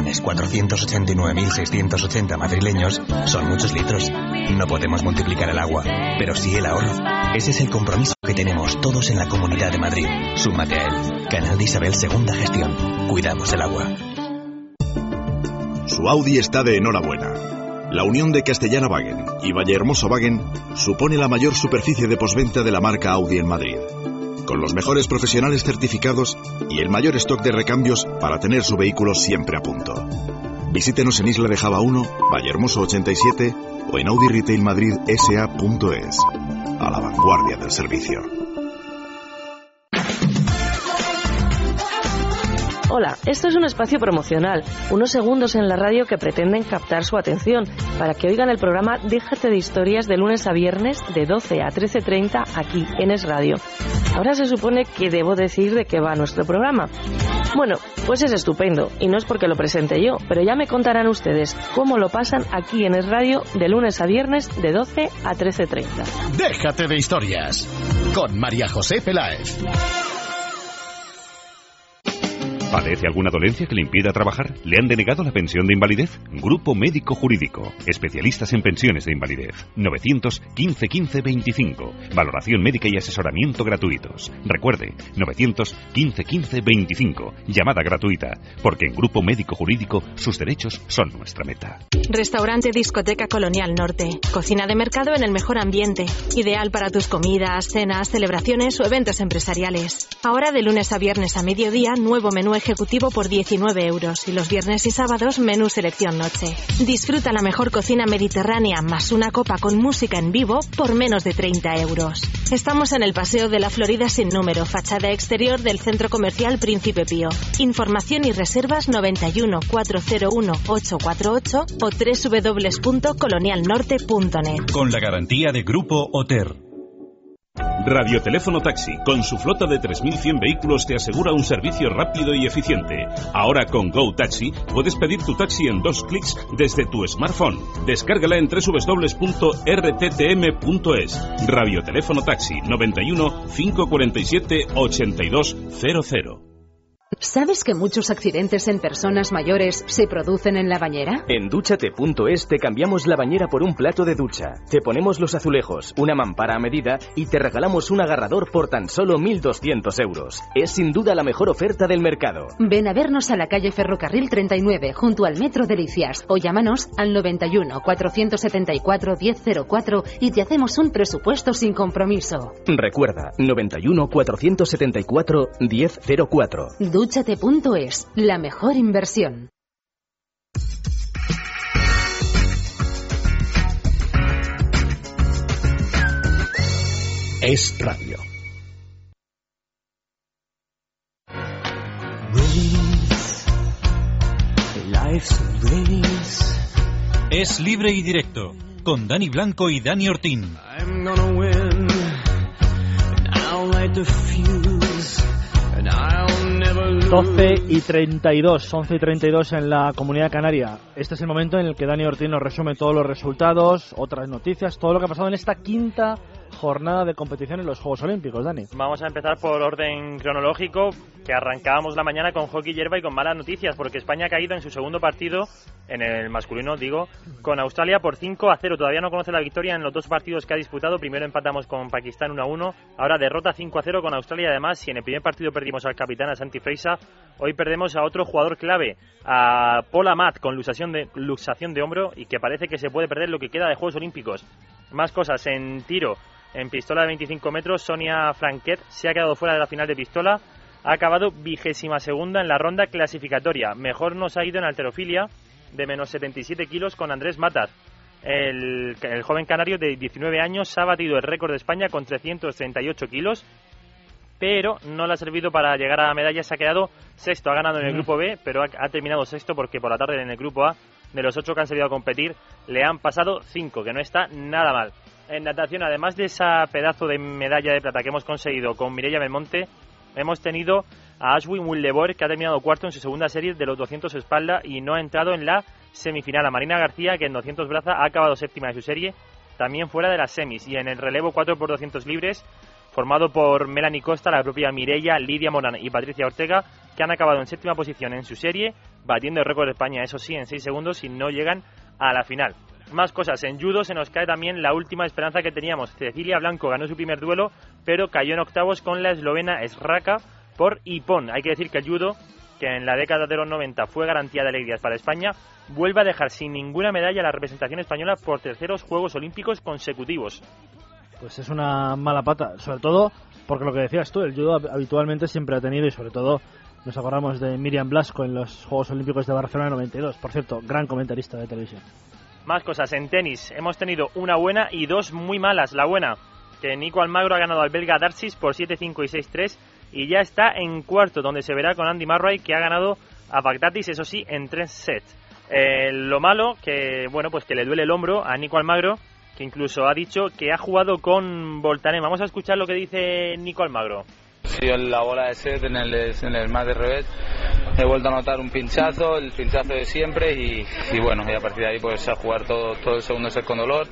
6.489.680 madrileños, son muchos litros. No podemos multiplicar el agua, pero sí el ahorro. Ese es el compromiso que tenemos todos en la Comunidad de Madrid. Súmate a él. Canal de Isabel II Gestión. Cuidamos el agua. Su Audi está de enhorabuena. La unión de Castellana-Wagen y Vallehermoso-Wagen supone la mayor superficie de posventa de la marca Audi en Madrid, con los mejores profesionales certificados y el mayor stock de recambios para tener su vehículo siempre a punto. Visítenos en Isla de Java 1, Vallehermoso 87 o en Audi Retail Madrid SA.es. A la vanguardia del servicio. Hola, esto es un espacio promocional, unos segundos en la radio que pretenden captar su atención para que oigan el programa Déjate de Historias de lunes a viernes de 12 a 13:30 aquí en Es Radio. Ahora se supone que debo decir de qué va nuestro programa. Bueno, pues es estupendo y no es porque lo presente yo, pero ya me contarán ustedes cómo lo pasan aquí en Es Radio de lunes a viernes de 12 a 13:30. Déjate de Historias con María José Peláez. ¿Padece alguna dolencia que le impida trabajar? ¿Le han denegado la pensión de invalidez? Grupo Médico Jurídico. Especialistas en pensiones de invalidez. 915 15 25. Valoración médica y asesoramiento gratuitos. Recuerde, 915 15 25. Llamada gratuita. Porque en Grupo Médico Jurídico sus derechos son nuestra meta. Restaurante Discoteca Colonial Norte. Cocina de mercado en el mejor ambiente. Ideal para tus comidas, cenas, celebraciones o eventos empresariales. Ahora de lunes a viernes a mediodía, nuevo menú ejecutivo por 19 euros y los viernes y sábados menú selección noche. Disfruta la mejor cocina mediterránea más una copa con música en vivo por menos de 30 euros. Estamos en el Paseo de la Florida sin número, fachada exterior del Centro Comercial Príncipe Pío. Información y reservas 91 401 848 o www.colonialnorte.net. Con la garantía de Grupo Oter. Radioteléfono Taxi, con su flota de 3.100 vehículos, te asegura un servicio rápido y eficiente. Ahora con Go Taxi puedes pedir tu taxi en 2 clics desde tu smartphone. Descárgala en www.rttm.es. Radioteléfono Taxi 91 547 8200. ¿Sabes que muchos accidentes en personas mayores se producen en la bañera? En Dúchate.es te cambiamos la bañera por un plato de ducha. Te ponemos los azulejos, una mampara a medida y te regalamos un agarrador por tan solo 1.200 euros. Es sin duda la mejor oferta del mercado. Ven a vernos a la calle Ferrocarril 39, junto al Metro Delicias, o llámanos al 91 474 1004 y te hacemos un presupuesto sin compromiso. Recuerda, 91 474 1004. Dúchate.es, la mejor inversión. Es Radio. Es libre y directo, con Dani Blanco y Dani Ortín. 12:32, 11:32 en la Comunidad Canaria. Este es el momento en el que Dani Ortín nos resume todos los resultados, otras noticias, todo lo que ha pasado en esta quinta jornada de competición en los Juegos Olímpicos. Dani. Vamos a empezar por orden cronológico, que arrancábamos la mañana con hockey hierba y con malas noticias, porque España ha caído en su segundo partido, en el masculino digo, con Australia por 5-0. Todavía no conoce la victoria en los dos partidos que ha disputado. Primero empatamos con Pakistán 1-1, ahora derrota 5-0 con Australia. Además, si en el primer partido perdimos al capitán, a Santi Freisa, hoy perdemos a otro jugador clave, a Paul Amat, con luxación de hombro, y que parece que se puede perder lo que queda de Juegos Olímpicos. Más cosas en tiro. En pistola de 25 metros, Sonia Franquet se ha quedado fuera de la final de pistola. Ha acabado 22ª en la ronda clasificatoria. Mejor nos ha ido en halterofilia, de menos 77 kilos, con Andrés Mataz. El joven canario de 19 años ha batido el récord de España con 338 kilos, pero no le ha servido para llegar a la medalla. Se ha quedado sexto, ha ganado en el grupo B, pero ha terminado sexto porque por la tarde en el grupo A, de los 8 que han salido a competir, le han pasado 5, que no está nada mal. En natación, además de esa pedazo de medalla de plata que hemos conseguido con Mireia Belmonte, hemos tenido a Ashwin Wildeboer, que ha terminado cuarto en su segunda serie de los 200 espalda y no ha entrado en la semifinal. A Marina García, que en 200 braza ha acabado séptima de su serie, también fuera de las semis. Y en el relevo 4x200 libres, formado por Melanie Costa, la propia Mireia, Lidia Morán y Patricia Ortega, que han acabado en séptima posición en su serie, batiendo el récord de España, eso sí, en 6 segundos, y no llegan a la final. Más cosas, en judo se nos cae también la última esperanza que teníamos. Cecilia Blanco ganó su primer duelo, pero cayó en octavos con la eslovena Sraka por Ipon. Hay que decir que el judo, que en la década de los 90 fue garantía de alegrías para España, vuelve a dejar sin ninguna medalla a la representación española por terceros Juegos Olímpicos consecutivos. Pues es una mala pata, sobre todo porque lo que decías tú, el judo habitualmente siempre ha tenido, y sobre todo Nos acordamos de Miriam Blasco en los Juegos Olímpicos de Barcelona 92. Por cierto, gran comentarista de televisión. Más cosas en tenis. Hemos tenido una buena y dos muy malas. La buena, que Nico Almagro ha ganado al belga Darcis por 7-5 y 6-3 y ya está en cuarto, donde se verá con Andy Murray, que ha ganado a Baghdatis, eso sí, en 3 sets. Lo malo, que bueno, pues que le duele el hombro a Nico Almagro, que incluso ha dicho que ha jugado con Voltaren. Vamos a escuchar lo que dice Nico Almagro. Sí, en la bola de set, en el más de revés, he vuelto a notar un pinchazo, el pinchazo de siempre y bueno, y a partir de ahí pues a jugar todo el segundo set con dolor.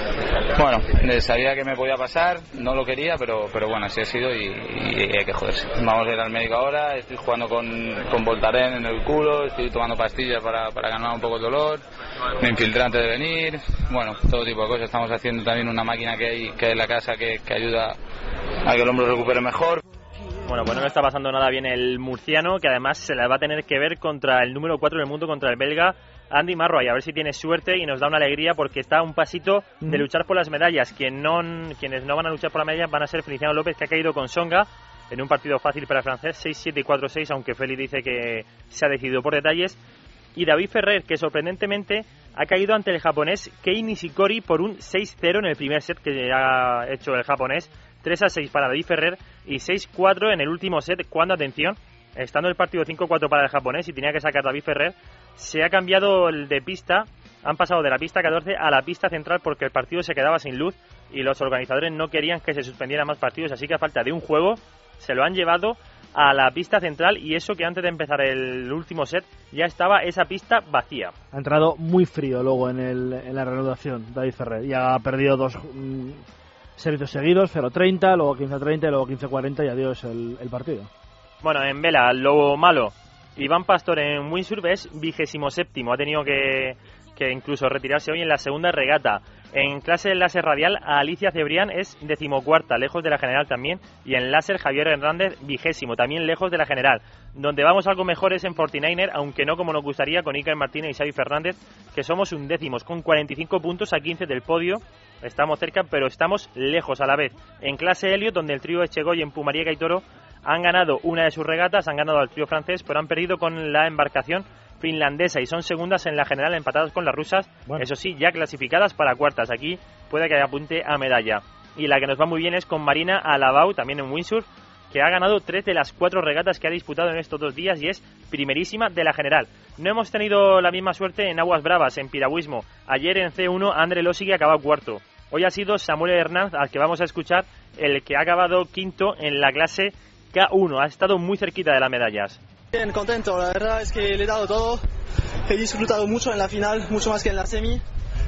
Bueno, sabía que me podía pasar, no lo quería, pero bueno, así ha sido y hay que joderse. Vamos a ir al médico ahora, estoy jugando con Voltaren en el culo, estoy tomando pastillas para calmar un poco el dolor, me infiltré antes de venir, bueno, todo tipo de cosas. Estamos haciendo también una máquina que hay en la casa que ayuda a que el hombro recupere mejor. Bueno, pues no le está pasando nada bien el murciano, que además se la va a tener que ver contra el número 4 del mundo, contra el belga Andy Murray. A ver si tiene suerte y nos da una alegría, porque está a un pasito de luchar por las medallas. Quienes no van a luchar por las medallas van a ser Feliciano López, que ha caído con Tsonga en un partido fácil para el francés, 6-7 y 4-6, aunque Félix dice que se ha decidido por detalles. Y David Ferrer, que sorprendentemente ha caído ante el japonés Kei Nishikori por un 6-0 en el primer set que ha hecho el japonés. 3-6 para David Ferrer y 6-4 en el último set, cuando, atención, estando el partido 5-4 para el japonés y tenía que sacar David Ferrer, se ha cambiado el de pista, han pasado de la pista 14 a la pista central porque el partido se quedaba sin luz y los organizadores no querían que se suspendieran más partidos, así que a falta de un juego se lo han llevado a la pista central, y eso que antes de empezar el último set ya estaba esa pista vacía. Ha entrado muy frío luego en la reanudación David Ferrer y ha perdido dos servicios seguidos, 0-30, luego 15-30 y luego 15-40 y adiós el partido. Bueno, en vela, lo malo, Iván Pastor en windsurf es 27º, ha tenido que incluso retirarse hoy en la segunda regata. En clase de láser radial, Alicia Cebrián es 14ª, lejos de la general también, y en láser Javier Hernández 20º, también lejos de la general. Donde vamos algo mejor es en 49er, aunque no como nos gustaría, con Iker Martínez y Xavi Fernández, que somos 11º, con 45 puntos a 15 del podio. Estamos cerca, pero estamos lejos a la vez. En clase Helio, donde el trío Echegoyen, Pumariega y Toro han ganado una de sus regatas, han ganado al trío francés, pero han perdido con la embarcación finlandesa y son segundas en la general, empatadas con las rusas, bueno. Eso sí, ya clasificadas para cuartas. Aquí puede que apunte a medalla. Y la que nos va muy bien es con Marina Alabau, también en windsurf, que ha ganado 3 de las 4 regatas que ha disputado en estos 2 días y es primerísima de la general. No hemos tenido la misma suerte en aguas bravas, en piragüismo. Ayer en C1 André Lossigui acabó cuarto. Hoy ha sido Samuel Hernández, al que vamos a escuchar, el que ha acabado quinto en la clase K1. Ha estado muy cerquita de las medallas. Bien, contento, la verdad es que le he dado todo, he disfrutado mucho en la final, mucho más que en la semi,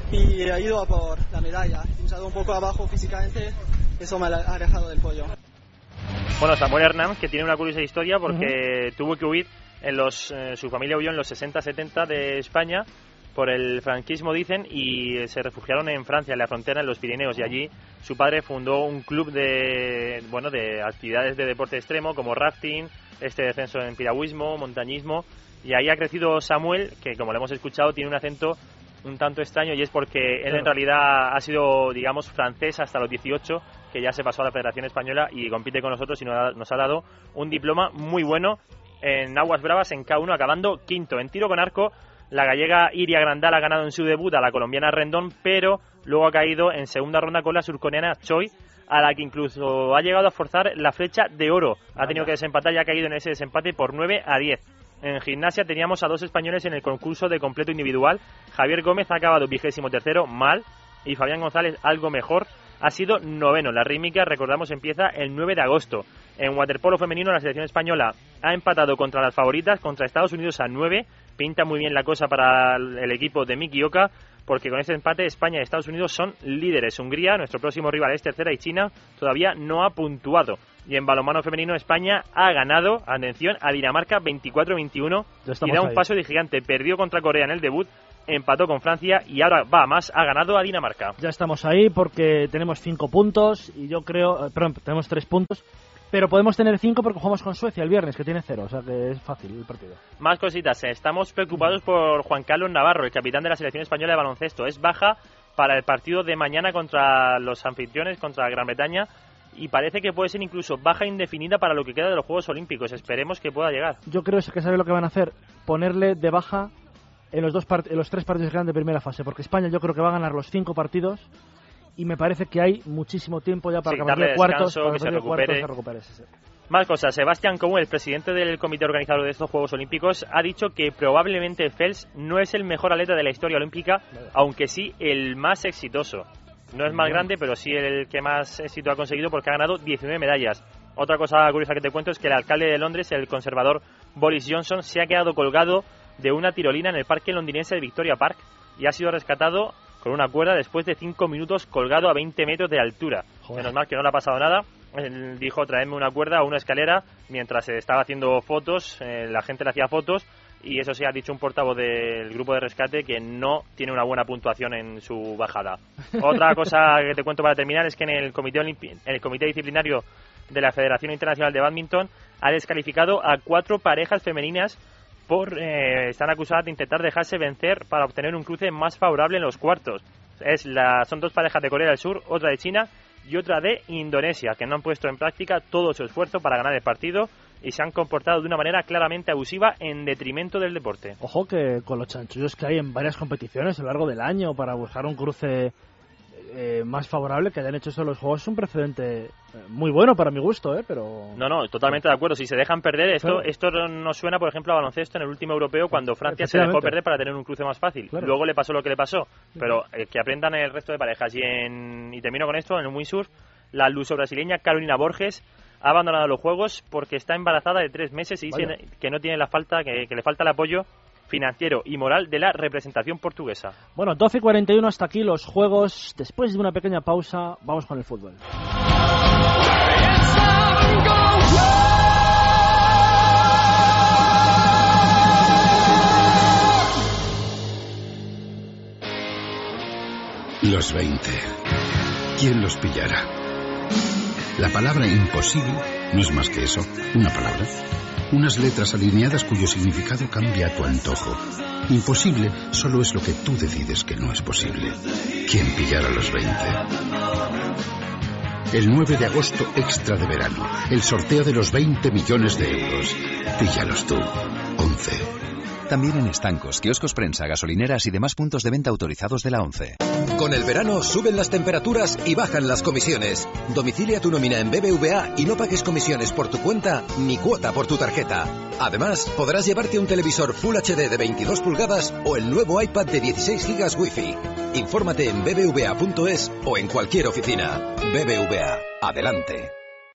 y he ido a por la medalla. He estado un poco abajo físicamente, eso me ha alejado del podio. Bueno, Samuel Hernández, que tiene una curiosa historia porque tuvo que huir, su familia huyó en los 60-70 de España por el franquismo, dicen, y se refugiaron en Francia, en la frontera, en los Pirineos, y allí su padre fundó un club de actividades de deporte extremo como rafting, descenso en piragüismo, montañismo, y ahí ha crecido Samuel, que como lo hemos escuchado tiene un acento un tanto extraño, y es porque él en realidad ha sido, digamos, francés hasta los 18, que ya se pasó a la Federación Española y compite con nosotros y nos ha dado un diploma muy bueno en aguas bravas en K1, acabando quinto. En tiro con arco, la gallega Iria Grandal ha ganado en su debut a la colombiana Rendón, pero luego ha caído en segunda ronda con la surcoreana Choi, a la que incluso ha llegado a forzar la flecha de oro. Ha tenido que desempatar y ha caído en ese desempate por 9-10. En gimnasia teníamos a 2 españoles en el concurso de completo individual. Javier Gómez ha acabado 23º, mal, y Fabián González algo mejor, ha sido 9º. La rítmica, recordamos, empieza el 9 de agosto. En waterpolo femenino, la selección española ha empatado contra las favoritas, contra Estados Unidos a 9. Pinta muy bien la cosa para el equipo de Miki Oka, porque con ese empate España y Estados Unidos son líderes. Hungría, nuestro próximo rival, es tercera, y China todavía no ha puntuado. Y en balonmano femenino, España ha ganado, atención, a Dinamarca 24-21 y da un paso de gigante. Perdió contra Corea en el debut, empató con Francia y ahora va más, ha ganado a Dinamarca. Ya estamos ahí porque tenemos 5 puntos y yo creo, tenemos 3 puntos. Pero podemos tener 5 porque jugamos con Suecia el viernes, que tiene 0, o sea que es fácil el partido. Más cositas, estamos preocupados por Juan Carlos Navarro, el capitán de la selección española de baloncesto. Es baja para el partido de mañana contra los anfitriones, contra Gran Bretaña, y parece que puede ser incluso baja indefinida para lo que queda de los Juegos Olímpicos. Esperemos que pueda llegar. Yo creo que sabe lo que van a hacer, ponerle de baja en los 3 partidos que quedan de primera fase, porque España yo creo que va a ganar los 5 partidos y me parece que hay muchísimo tiempo ya para que darle cuartos, descanso, que se recupere. Más cosas. Sebastián Coe, el presidente del comité organizador de estos Juegos Olímpicos, ha dicho que probablemente Phelps no es el mejor atleta de la historia olímpica, aunque sí el más exitoso. No es más grande, pero sí el que más éxito ha conseguido porque ha ganado 19 medallas. Otra cosa curiosa que te cuento es que el alcalde de Londres, el conservador Boris Johnson, se ha quedado colgado de una tirolina en el parque londinense de Victoria Park y ha sido rescatado con una cuerda después de 5 minutos colgado a 20 metros de altura. Menos mal que no le ha pasado nada. Él dijo, traedme una cuerda o una escalera, mientras se estaba haciendo fotos, la gente le hacía fotos, y eso sí ha dicho un portavoz del grupo de rescate que no tiene una buena puntuación en su bajada. Otra cosa que te cuento para terminar es que en el comité disciplinario de la Federación Internacional de Bádminton ha descalificado a 4 parejas femeninas están acusadas de intentar dejarse vencer para obtener un cruce más favorable en los cuartos. Son 2 parejas de Corea del Sur, otra de China y otra de Indonesia, que no han puesto en práctica todo su esfuerzo para ganar el partido y se han comportado de una manera claramente abusiva en detrimento del deporte. Ojo que con los chanchullos que hay en varias competiciones a lo largo del año para buscar un cruce más favorable, que hayan hecho eso en los juegos, es un precedente muy bueno para mi gusto, pero... No, totalmente de acuerdo. Si se dejan perder, esto nos suena, por ejemplo, a baloncesto en el último europeo, cuando Francia se dejó perder para tener un cruce más fácil. Claro. Luego le pasó lo que le pasó, pero que aprendan el resto de parejas. Y termino con esto, en el windsurf, la luso-brasileña Carolina Borges ha abandonado los juegos porque está embarazada de 3 meses y dice que no tiene que le falta el apoyo financiero y moral de la representación portuguesa. Bueno, 12:41 hasta aquí los juegos. Después de una pequeña pausa, vamos con el fútbol. Los 20. ¿Quién los pillará? La palabra imposible no es más que eso, una palabra. Unas letras alineadas cuyo significado cambia a tu antojo. Imposible solo es lo que tú decides que no es posible. ¿Quién pillará los 20? El 9 de agosto, extra de verano. El sorteo de los 20 millones de euros. Píllalos tú. 11. También en estancos, kioscos prensa, gasolineras y demás puntos de venta autorizados de la ONCE. Con el verano suben las temperaturas y bajan las comisiones. Domicilia tu nómina en BBVA y no pagues comisiones por tu cuenta ni cuota por tu tarjeta. Además, podrás llevarte un televisor Full HD de 22 pulgadas o el nuevo iPad de 16 GB Wi-Fi. Infórmate en bbva.es o en cualquier oficina. BBVA. Adelante.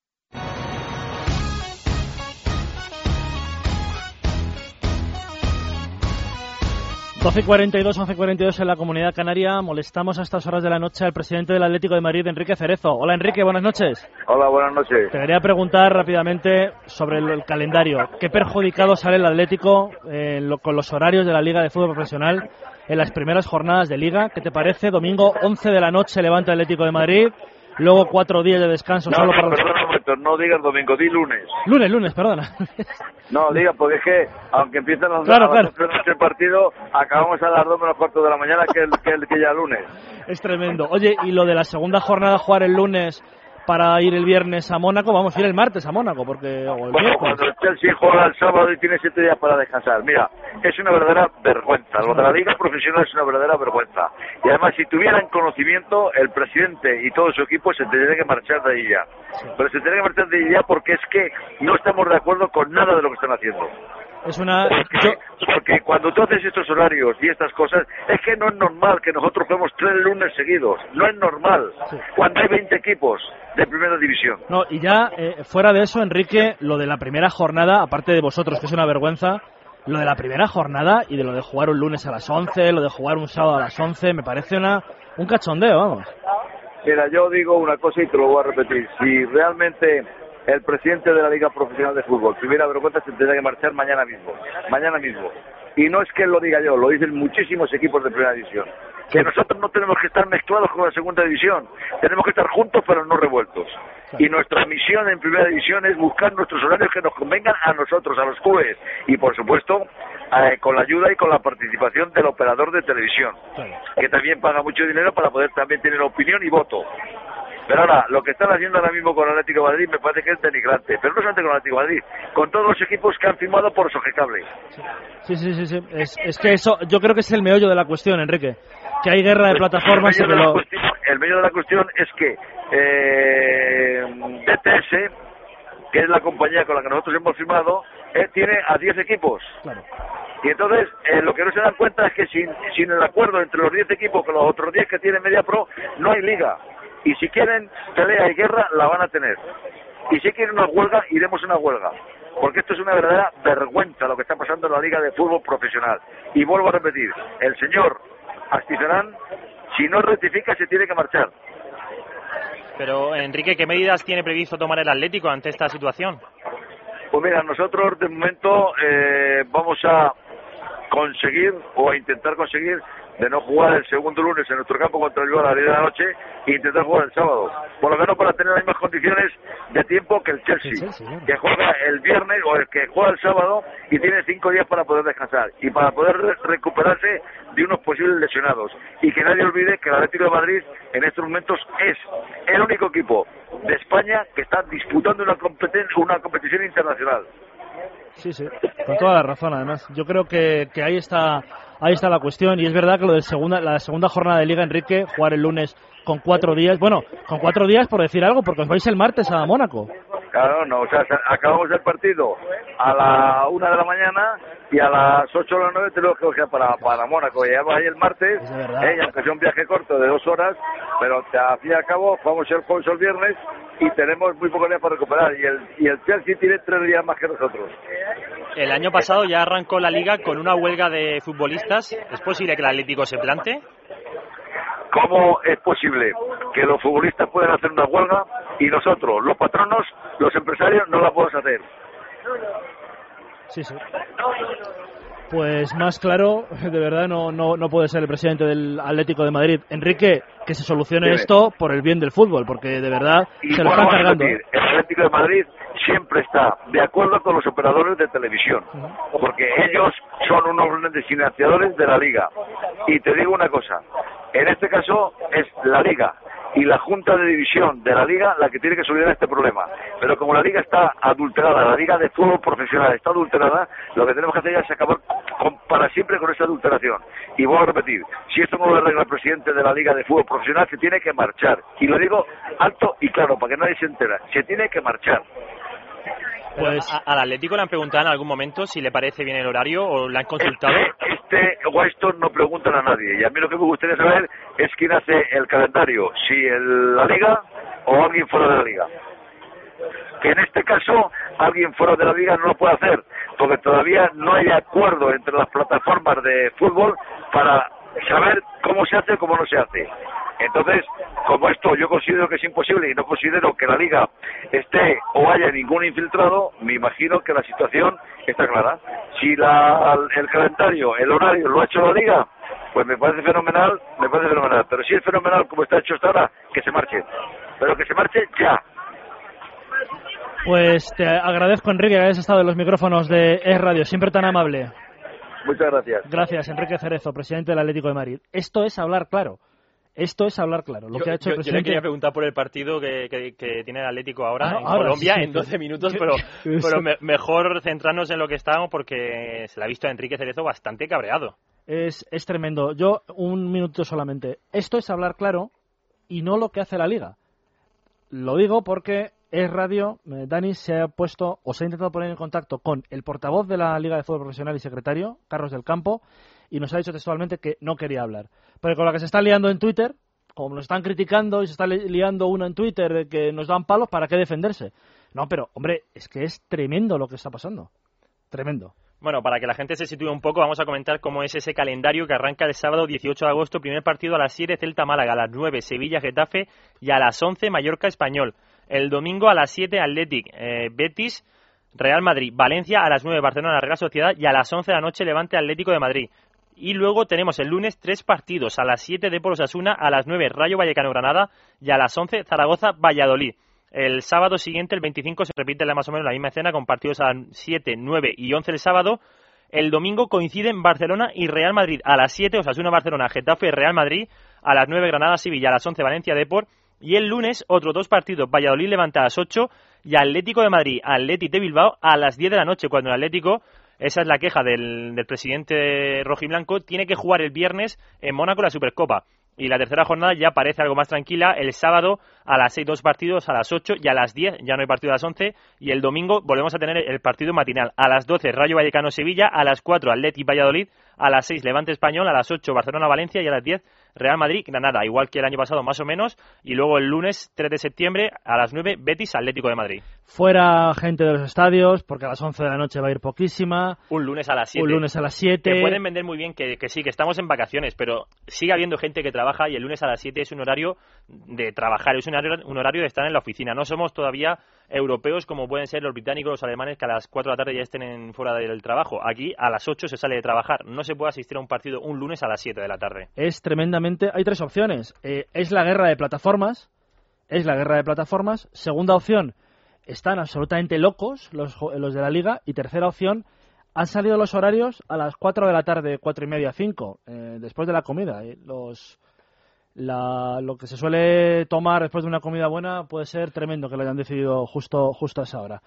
...12:42, 11:42 en la Comunidad Canaria. Molestamos a estas horas de la noche al presidente del Atlético de Madrid, Enrique Cerezo. Hola, Enrique, buenas noches. Hola, buenas noches. Te quería preguntar rápidamente sobre el calendario. ¿Qué perjudicado sale el Atlético con los horarios de la Liga de Fútbol Profesional en las primeras jornadas de Liga? ¿Qué te parece? Domingo 11 de la noche levanta el Atlético de Madrid... Luego 4 días de descanso solo para los... Perdón un momento, no digas domingo, di lunes. Lunes, perdona. No, diga, porque es que, aunque empiezan a las 11 de la noche el partido, acabamos a las 2 menos cuarto de la mañana, que ya lunes. Es tremendo. Oye, y lo de la segunda jornada, jugar el lunes para ir el viernes a Mónaco, vamos a ir el martes a Mónaco, porque... Cuando el Chelsea juega el sábado y tiene 7 días para descansar. Mira, es una verdadera vergüenza. Lo de la Liga Profesional es una verdadera vergüenza. Y además, si tuvieran conocimiento, el presidente y todo su equipo se tendría que marchar de ahí ya. Sí. Pero se tendría que marchar de ahí ya porque es que no estamos de acuerdo con nada de lo que están haciendo. Es una... Porque cuando tú haces estos horarios y estas cosas, es que no es normal que nosotros juguemos 3 lunes seguidos. No es normal. Sí. Cuando hay 20 equipos de primera división. No, y ya fuera de eso, Enrique, lo de la primera jornada, aparte de vosotros, que es una vergüenza, lo de la primera jornada y de lo de jugar un lunes a las 11, lo de jugar un sábado a las 11, me parece un cachondeo, vamos. Mira, yo digo una cosa y te lo voy a repetir. Si realmente el presidente de la Liga Profesional de Fútbol tuviera vergüenza, se tendría que marchar mañana mismo. Y no es que lo diga yo, lo dicen muchísimos equipos de primera división. Que nosotros no tenemos que estar mezclados con la segunda división, tenemos que estar juntos pero no revueltos. Y nuestra misión en primera división es buscar nuestros horarios que nos convengan a nosotros, a los clubes, y por supuesto con la ayuda y con la participación del operador de televisión, que también paga mucho dinero para poder también tener opinión y voto. Pero ahora, lo que están haciendo ahora mismo con el Atlético de Madrid me parece que es denigrante. Pero no solamente con el Atlético de Madrid, con todos los equipos que han firmado por Sogecable. Sí. Es que eso, yo creo que es el meollo de la cuestión, Enrique. Que hay guerra de plataformas el meollo de la cuestión es que DTS, que es la compañía con la que nosotros hemos firmado, tiene a 10 equipos. Claro. Y entonces, lo que no se dan cuenta es que sin el acuerdo entre los 10 equipos con los otros 10 que tiene MediaPro, no hay liga. Y si quieren pelea y guerra, la van a tener. Y si quieren una huelga, iremos a una huelga. Porque esto es una verdadera vergüenza lo que está pasando en la Liga de Fútbol Profesional. Y vuelvo a repetir, el señor Astizarán, si no rectifica, se tiene que marchar. Pero, Enrique, ¿qué medidas tiene previsto tomar el Atlético ante esta situación? Pues mira, nosotros de momento vamos a conseguir o a intentar conseguir de no jugar el segundo lunes en nuestro campo contra el Bilbao a las 10 de la noche e intentar jugar el sábado, por lo menos para tener las mismas condiciones de tiempo que el Chelsea, que juega el viernes o el que juega el sábado y tiene 5 días para poder descansar y para poder recuperarse de unos posibles lesionados. Y que nadie olvide que el Atlético de Madrid en estos momentos es el único equipo de España que está disputando una competición internacional. Sí, con toda la razón, además. Yo creo que ahí está la cuestión, y es verdad que lo de la segunda jornada de Liga, Enrique, jugar el lunes con 4 días, bueno, con 4 días por decir algo, porque os vais el martes a Mónaco. Claro, no, o sea, acabamos el partido a la 1 de la mañana y a las 8 o las 9 tenemos que ir para Mónaco. Llegamos ahí el martes, y aunque sea un viaje corto de 2 horas, pero al fin y al cabo jugamos el jueves o el viernes y tenemos muy pocos días para recuperar. Y el Chelsea tiene 3 días más que nosotros. El año pasado ya arrancó la Liga con una huelga de futbolistas. ¿Es posible que el Atlético se plante? ¿Cómo es posible que los futbolistas puedan hacer una huelga y nosotros, los patronos, los empresarios, no la podemos hacer? Sí. Pues más claro, de verdad, no puede ser el presidente del Atlético de Madrid. Enrique, que se solucione esto por el bien del fútbol, porque de verdad se lo están cargando. El Atlético de Madrid siempre está de acuerdo con los operadores de televisión, porque ellos son unos grandes financiadores de la Liga. Y te digo una cosa, en este caso es la Liga y la Junta de División de la Liga la que tiene que solucionar este problema. Pero como la Liga está adulterada, la Liga de Fútbol Profesional está adulterada, lo que tenemos que hacer ya es acabar para siempre con esa adulteración. Y voy a repetir, si esto no lo arregla el presidente de la Liga de Fútbol Profesional, se tiene que marchar. Y lo digo alto y claro, para que nadie se entere, se tiene que marchar. Pues al Atlético le han preguntado en algún momento si le parece bien el horario o le han consultado. Esto no preguntan a nadie, y a mí lo que me gustaría saber es quién hace el calendario, si la Liga o alguien fuera de la Liga. Que en este caso alguien fuera de la Liga no lo puede hacer, porque todavía no hay acuerdo entre las plataformas de fútbol para saber cómo se hace y cómo no se hace. Entonces, como esto yo considero que es imposible y no considero que la Liga esté o haya ningún infiltrado, me imagino que la situación está clara. Si el calendario, el horario lo ha hecho la Liga, pues me parece fenomenal. Pero si es fenomenal como está hecho hasta ahora, que se marche. Pero que se marche ya. Pues te agradezco, Enrique, que hayas estado en los micrófonos de Es Radio, siempre tan amable. Muchas gracias. Gracias, Enrique Cerezo, presidente del Atlético de Madrid. Esto es hablar claro. Lo que ha hecho el presidente. Yo le quería preguntar por el partido que tiene el Atlético ahora en Colombia, sí, en 12 minutos, pero mejor centrarnos en lo que estábamos, porque se le ha visto a Enrique Cerezo bastante cabreado. Es tremendo. Yo, un minuto solamente. Esto es hablar claro y no lo que hace la Liga. Lo digo porque Es Radio, Dani se ha intentado poner en contacto con el portavoz de la Liga de Fútbol Profesional y secretario, Carlos del Campo, y nos ha dicho textualmente que no quería hablar. Pero con la que se está liando en Twitter, como nos están criticando y se está liando uno en Twitter de que nos dan palos, ¿para qué defenderse? No, pero, hombre, es que es tremendo lo que está pasando. Tremendo. Bueno, para que la gente se sitúe un poco, vamos a comentar cómo es ese calendario que arranca el sábado 18 de agosto, primer partido a las 7, Celta-Málaga, a las 9, Sevilla-Getafe y a las 11, Mallorca-Español. El domingo a las 7, Athletic, Betis, Real Madrid, Valencia a las 9, Barcelona, Real Sociedad y a las 11 de la noche, Levante, Atlético de Madrid. Y luego tenemos el lunes 3 partidos, a las 7 Depor Osasuna, a las 9 Rayo Vallecano Granada y a las 11 Zaragoza Valladolid. El sábado siguiente, el 25, se repite más o menos la misma escena con partidos a las 7, 9 y 11 el sábado. El domingo coinciden Barcelona y Real Madrid a las 7, Osasuna Barcelona, Getafe Real Madrid, a las 9 Granada Sevilla, a las 11 Valencia Depor Y el lunes, otros 2 partidos, Valladolid-Levante a las 8 y Atlético de Madrid, Athletic de Bilbao a las 10 de la noche, cuando el Atlético, esa es la queja del presidente rojiblanco, tiene que jugar el viernes en Mónaco la Supercopa. Y la tercera jornada ya parece algo más tranquila. El sábado a las 6 2 partidos, a las 8 y a las 10 ya no hay partido a las 11. Y el domingo volvemos a tener el partido matinal. A las 12 Rayo Vallecano-Sevilla, a las 4 Athletic Valladolid, a las 6 Levante Español, a las 8 Barcelona-Valencia y a las 10 Real Madrid-Granada, igual que el año pasado más o menos. Y luego el lunes 3 de septiembre a las 9 Betis-Atlético de Madrid. Fuera gente de los estadios, porque a las 11 de la noche va a ir poquísima. Un lunes a las 7. Un lunes a las 7. Te pueden vender muy bien que sí, que estamos en vacaciones, pero sigue habiendo gente que trabaja y el lunes a las 7 es un horario de trabajar, es un horario de estar en la oficina. No somos todavía europeos como pueden ser los británicos, los alemanes, que a las 4 de la tarde ya estén fuera del trabajo. Aquí a las 8 se sale de trabajar. No se puede asistir a un partido un lunes a las 7 de la tarde. Es tremendamente... Hay 3 opciones. Es la guerra de plataformas. Segunda opción, están absolutamente locos los de la Liga. Y tercera opción, han salido los horarios a las 4 de la tarde, 4 y media, 5, después de la comida. Lo que se suele tomar después de una comida buena puede ser tremendo que lo hayan decidido justo a esa hora.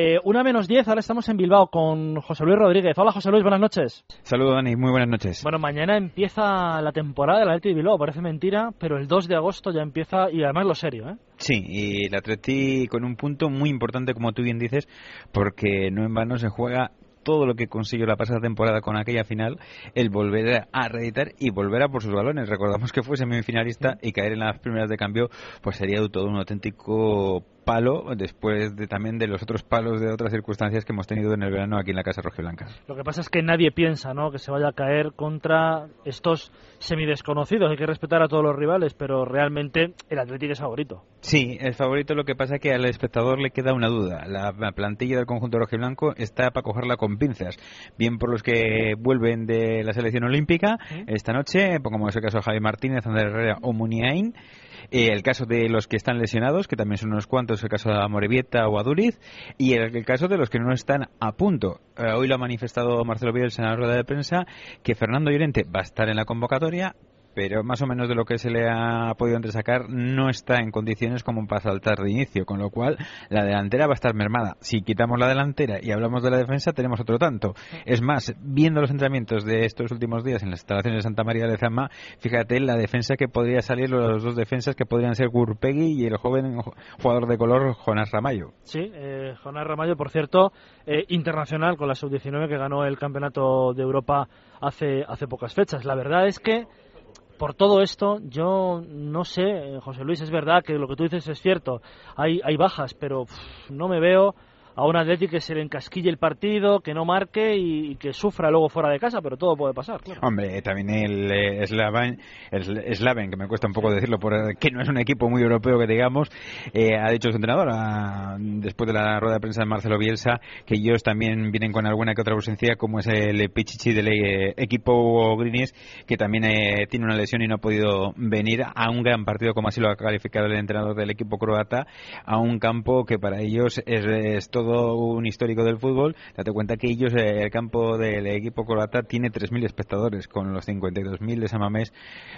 1:10, ahora estamos en Bilbao con José Luis Rodríguez. Hola José Luis, buenas noches. Saludos Dani, muy buenas noches. Bueno, mañana empieza la temporada del Athletic de Bilbao, parece mentira, pero el 2 de agosto ya empieza, y además lo serio, ¿eh? Sí, y el Athletic con un punto muy importante, como tú bien dices, porque no en vano se juega todo lo que consiguió la pasada temporada con aquella final, el volver a reeditar y volver a por sus balones. Recordamos que fue semifinalista y caer en las primeras de cambio pues sería todo un auténtico palo, después también de los otros palos de otras circunstancias que hemos tenido en el verano aquí en la Casa Rojiblanca. Lo que pasa es que nadie piensa, ¿no?, que se vaya a caer contra estos semidesconocidos. Hay que respetar a todos los rivales, pero realmente el Athletic es favorito. Sí, es favorito. Lo que pasa es que al espectador le queda una duda. La plantilla del conjunto rojiblanco está para cogerla con pinzas, bien por los que vuelven de la selección olímpica esta noche, como es el caso de Javi Martínez, Ander Herrera o Muniain. El caso de los que están lesionados, que también son unos cuantos, el caso de Amorebieta o Aduriz, y el caso de los que no están a punto. Hoy lo ha manifestado Marcelo Bielsa en la rueda de prensa, que Fernando Llorente va a estar en la convocatoria, pero más o menos de lo que se le ha podido entresacar no está en condiciones como para saltar de inicio, con lo cual la delantera va a estar mermada. Si quitamos la delantera y hablamos de la defensa, tenemos otro tanto. Es más, viendo los entrenamientos de estos últimos días en las instalaciones de Santa María de Lezama, fíjate la defensa que podría salir, los dos defensas que podrían ser Gurpegui y el joven jugador de color Jonás Ramallo. Sí, Jonás Ramallo, por cierto, internacional con la Sub-19 que ganó el Campeonato de Europa hace pocas fechas. La verdad es que por todo esto, yo no sé, José Luis, es verdad que lo que tú dices es cierto, hay bajas, pero no me veo a un Athletic que se le encasquille el partido, que no marque y que sufra luego fuera de casa, pero todo puede pasar, claro. Hombre, también el Slaven, que me cuesta un poco decirlo, que no es un equipo muy europeo que digamos, ha dicho su entrenador, después de la rueda de prensa de Marcelo Bielsa, que ellos también vienen con alguna que otra ausencia, como es el Pichichi del equipo Grinis, que también tiene una lesión y no ha podido venir a un gran partido, como así lo ha calificado el entrenador del equipo croata, a un campo que para ellos es todo un histórico del fútbol. Date cuenta que ellos, el campo del equipo croata tiene 3.000 espectadores, con los 52.000 de San Mamés,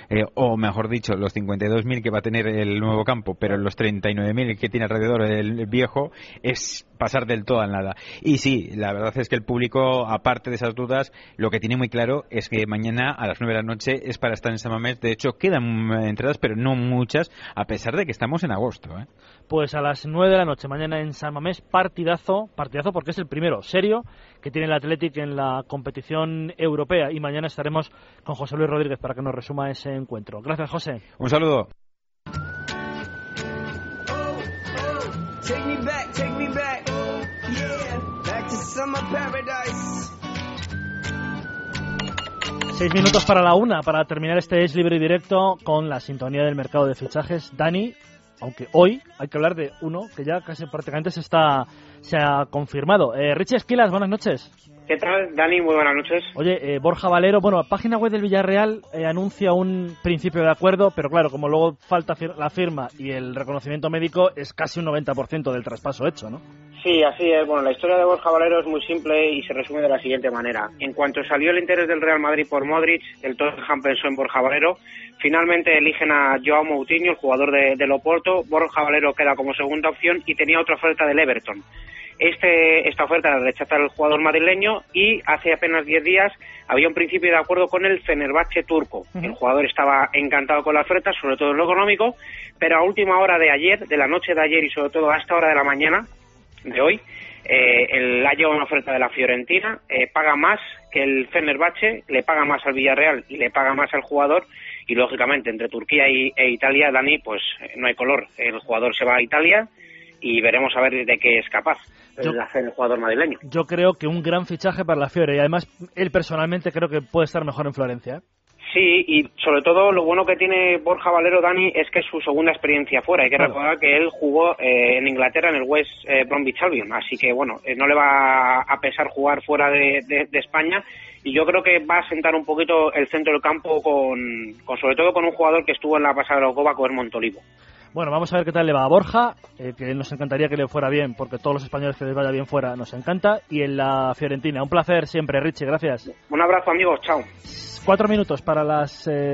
o mejor dicho, los 52.000 que va a tener el nuevo campo, pero los 39.000 que tiene alrededor el viejo, es pasar del todo al nada. Y sí, la verdad es que el público, aparte de esas dudas, lo que tiene muy claro es que mañana a las 9 de la noche es para estar en San Mamés. De hecho, quedan entradas, pero no muchas, a pesar de que estamos en agosto, Pues a las 9 de la noche mañana en San Mamés, partidazo porque es el primero serio que tiene el Athletic en la competición europea, y mañana estaremos con José Luis Rodríguez para que nos resuma ese encuentro. Gracias, José. Un saludo. Take me back, yeah, back to summer paradise. 6 minutos para la 1, para terminar este Es Libre y Directo con la sintonía del mercado de fichajes. Dani, aunque hoy hay que hablar de uno que ya casi prácticamente se ha confirmado. Richie Esquilas, buenas noches. ¿Qué tal, Dani? Muy buenas noches. Oye, Borja Valero, bueno, página web del Villarreal anuncia un principio de acuerdo, pero claro, como luego falta la firma y el reconocimiento médico, es casi un 90% del traspaso hecho, ¿no? Sí, así es. Bueno, la historia de Borja Valero es muy simple y se resume de la siguiente manera. En cuanto salió el interés del Real Madrid por Modric, el Tottenham pensó en Borja Valero. Finalmente eligen a Joao Moutinho, el jugador del Oporto. Borja Valero queda como segunda opción y tenía otra oferta del Everton. Esta oferta la rechaza el jugador madrileño y hace apenas 10 días había un principio de acuerdo con el Fenerbahce turco. El jugador estaba encantado con la oferta, sobre todo en lo económico, pero a última hora de ayer, de la noche de ayer y sobre todo a esta hora de la mañana de hoy, ha llegado una oferta de la Fiorentina, paga más que el Fenerbahce, le paga más al Villarreal y le paga más al jugador, y lógicamente entre Turquía e Italia, Dani, pues no hay color. El jugador se va a Italia y veremos a ver de qué es capaz el jugador madrileño. Yo creo que un gran fichaje para la Fiore, y además él personalmente creo que puede estar mejor en Florencia, ¿eh? Sí, y sobre todo lo bueno que tiene Borja Valero, Dani, es que es su segunda experiencia fuera. Hay que recordar que él jugó en Inglaterra en el West Bromwich Albion, así que bueno, no le va a pesar jugar fuera de España, y yo creo que va a sentar un poquito el centro del campo con sobre todo con un jugador que estuvo en la pasada Eurocopa, con Montolivo. Bueno, vamos a ver qué tal le va a Borja, que nos encantaría que le fuera bien, porque todos los españoles que les vaya bien fuera nos encanta, y en la Fiorentina. Un placer siempre, Richie, gracias. Un abrazo, amigos, chao. 4 minutos para la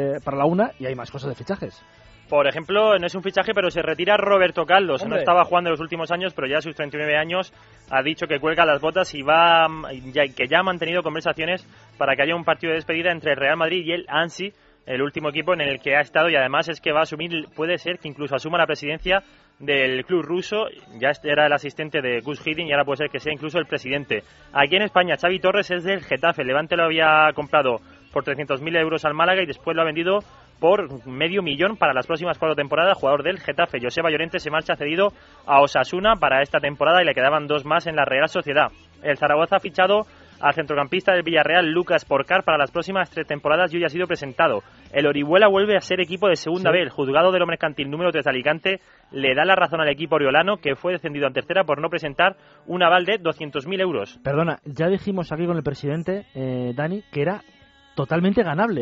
1 y hay más cosas de fichajes. Por ejemplo, no es un fichaje, pero se retira Roberto Carlos. ¡Hombre! No estaba jugando en los últimos años, pero ya a sus 39 años ha dicho que cuelga las botas y que ya ha mantenido conversaciones para que haya un partido de despedida entre el Real Madrid y el Ansi, el último equipo en el que ha estado, y además es que va a asumir, puede ser que incluso asuma la presidencia del club ruso. Ya era el asistente de Gus Hiddink y ahora puede ser que sea incluso el presidente. Aquí en España, Xavi Torres es del Getafe. El Levante lo había comprado por 300.000 euros al Málaga y después lo ha vendido por $500.000 para las próximas 4 temporadas. Jugador del Getafe. Joseba Llorente se marcha cedido a Osasuna para esta temporada y le quedaban 2 más en la Real Sociedad. El Zaragoza ha fichado al centrocampista del Villarreal, Lucas Porcar, para las próximas 3 temporadas y hoy ha sido presentado. El Orihuela vuelve a ser equipo de segunda B. El juzgado de lo mercantil número 3 de Alicante le da la razón al equipo oriolano, que fue descendido en tercera por no presentar un aval de 200.000 euros. Perdona, ya dijimos aquí con el presidente, Dani, que era totalmente ganable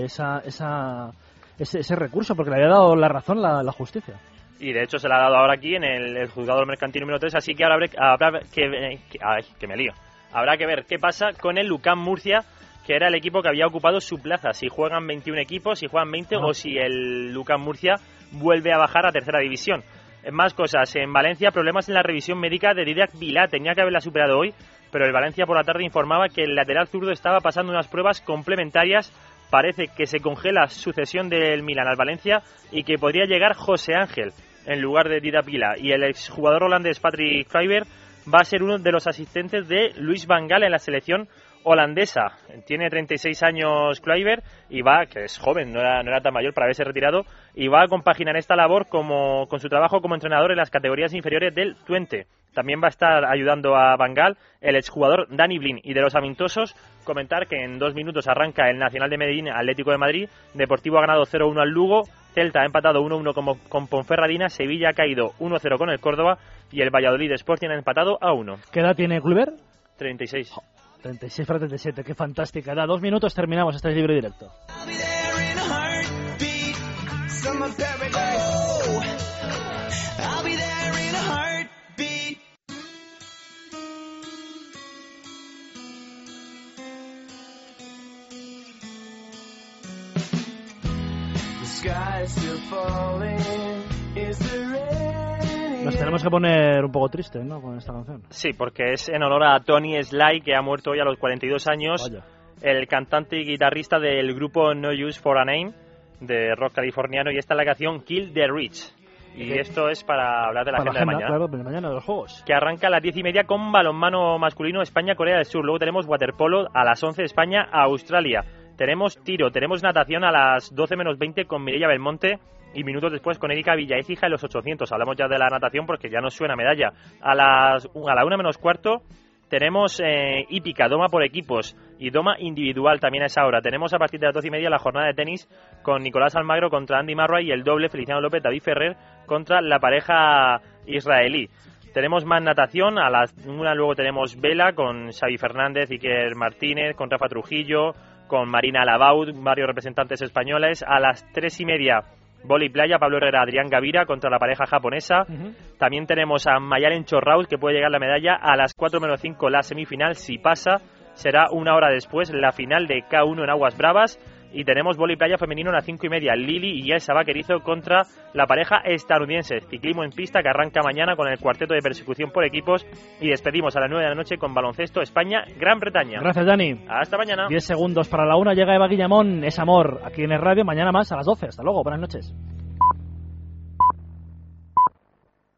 ese recurso, porque le había dado la razón la justicia. Y de hecho se le ha dado ahora aquí en el juzgado de lo mercantil número 3, así que ahora habrá que me lío. Habrá que ver qué pasa con el Lucán Murcia, que era el equipo que había ocupado su plaza. Si juegan 21 equipos, si juegan 20, o si el Lucán Murcia vuelve a bajar a tercera división. Más cosas. En Valencia, problemas en la revisión médica de Didac Vilá. Tenía que haberla superado hoy, pero el Valencia por la tarde informaba que el lateral zurdo estaba pasando unas pruebas complementarias. Parece que se congela su cesión del Milan al Valencia y que podría llegar José Ángel en lugar de Didac Vilá. Y el exjugador holandés Patrick Kluivert va a ser uno de los asistentes de Luis Van Gaal en la selección holandesa. Tiene 36 años Kluivert y que es joven, no era tan mayor para haberse retirado, y va a compaginar esta labor con su trabajo como entrenador en las categorías inferiores del Twente. También va a estar ayudando a Van Gaal el exjugador Dani Blin. Y de los amistosos, comentar que en 2 minutos arranca el Nacional de Medellín, Atlético de Madrid. Deportivo ha ganado 0-1 al Lugo, Celta ha empatado 1-1 con Ponferradina, Sevilla ha caído 1-0 con el Córdoba y el Valladolid Sporting ha empatado a 1. ¿Qué edad tiene Kluivert? 36. 36 para 37, qué fantástica edad. 2 minutos, terminamos este libre directo. Nos tenemos que poner un poco tristes, ¿no?, con esta canción. Sí, porque es en honor a Tony Sly, que ha muerto hoy a los 42 años. Vaya. El cantante y guitarrista del grupo No Use for a Name, de rock californiano, y esta es la canción Kill the Rich. Y esto es para hablar de la agenda de mañana. Claro, de mañana, de los juegos. Que arranca a las 10:30 con balonmano masculino España-Corea del Sur. Luego tenemos waterpolo a las 11 España-Australia. Tenemos tiro, tenemos natación a las 12 menos 20 con Mireia Belmonte y minutos después con Erika Villaécija en los 800. Hablamos ya de la natación porque ya nos suena medalla. A la 1 menos cuarto tenemos hípica, doma por equipos y doma individual también a esa hora. Tenemos a partir de las 12:30 la jornada de tenis con Nicolás Almagro contra Andy Murray y el doble Feliciano López, David Ferrer contra la pareja israelí. Tenemos más natación, a las 1 luego tenemos vela con Xavi Fernández, Iker Martínez, con Rafa Trujillo, con Marina Labaud, varios representantes españoles. A las 3:30 Vóley playa, Pablo Herrera, Adrián Gavira contra la pareja japonesa. También tenemos a Mayalen Chorraul, que puede llegar la medalla a las 4:05 la semifinal. Si pasa, será una hora después la final de K1 en aguas bravas. Y tenemos vóley playa femenino a las 5:30. Lili y Elsa Vaquerizo contra la pareja estadounidense. Ciclismo en pista que arranca mañana con el cuarteto de persecución por equipos. Y despedimos a las 9 de la noche con baloncesto España-Gran Bretaña. Gracias, Dani. Hasta mañana. 10 segundos para la 1. Llega Eva Guillamón. Es amor. Aquí en el radio. Mañana más a las 12. Hasta luego. Buenas noches.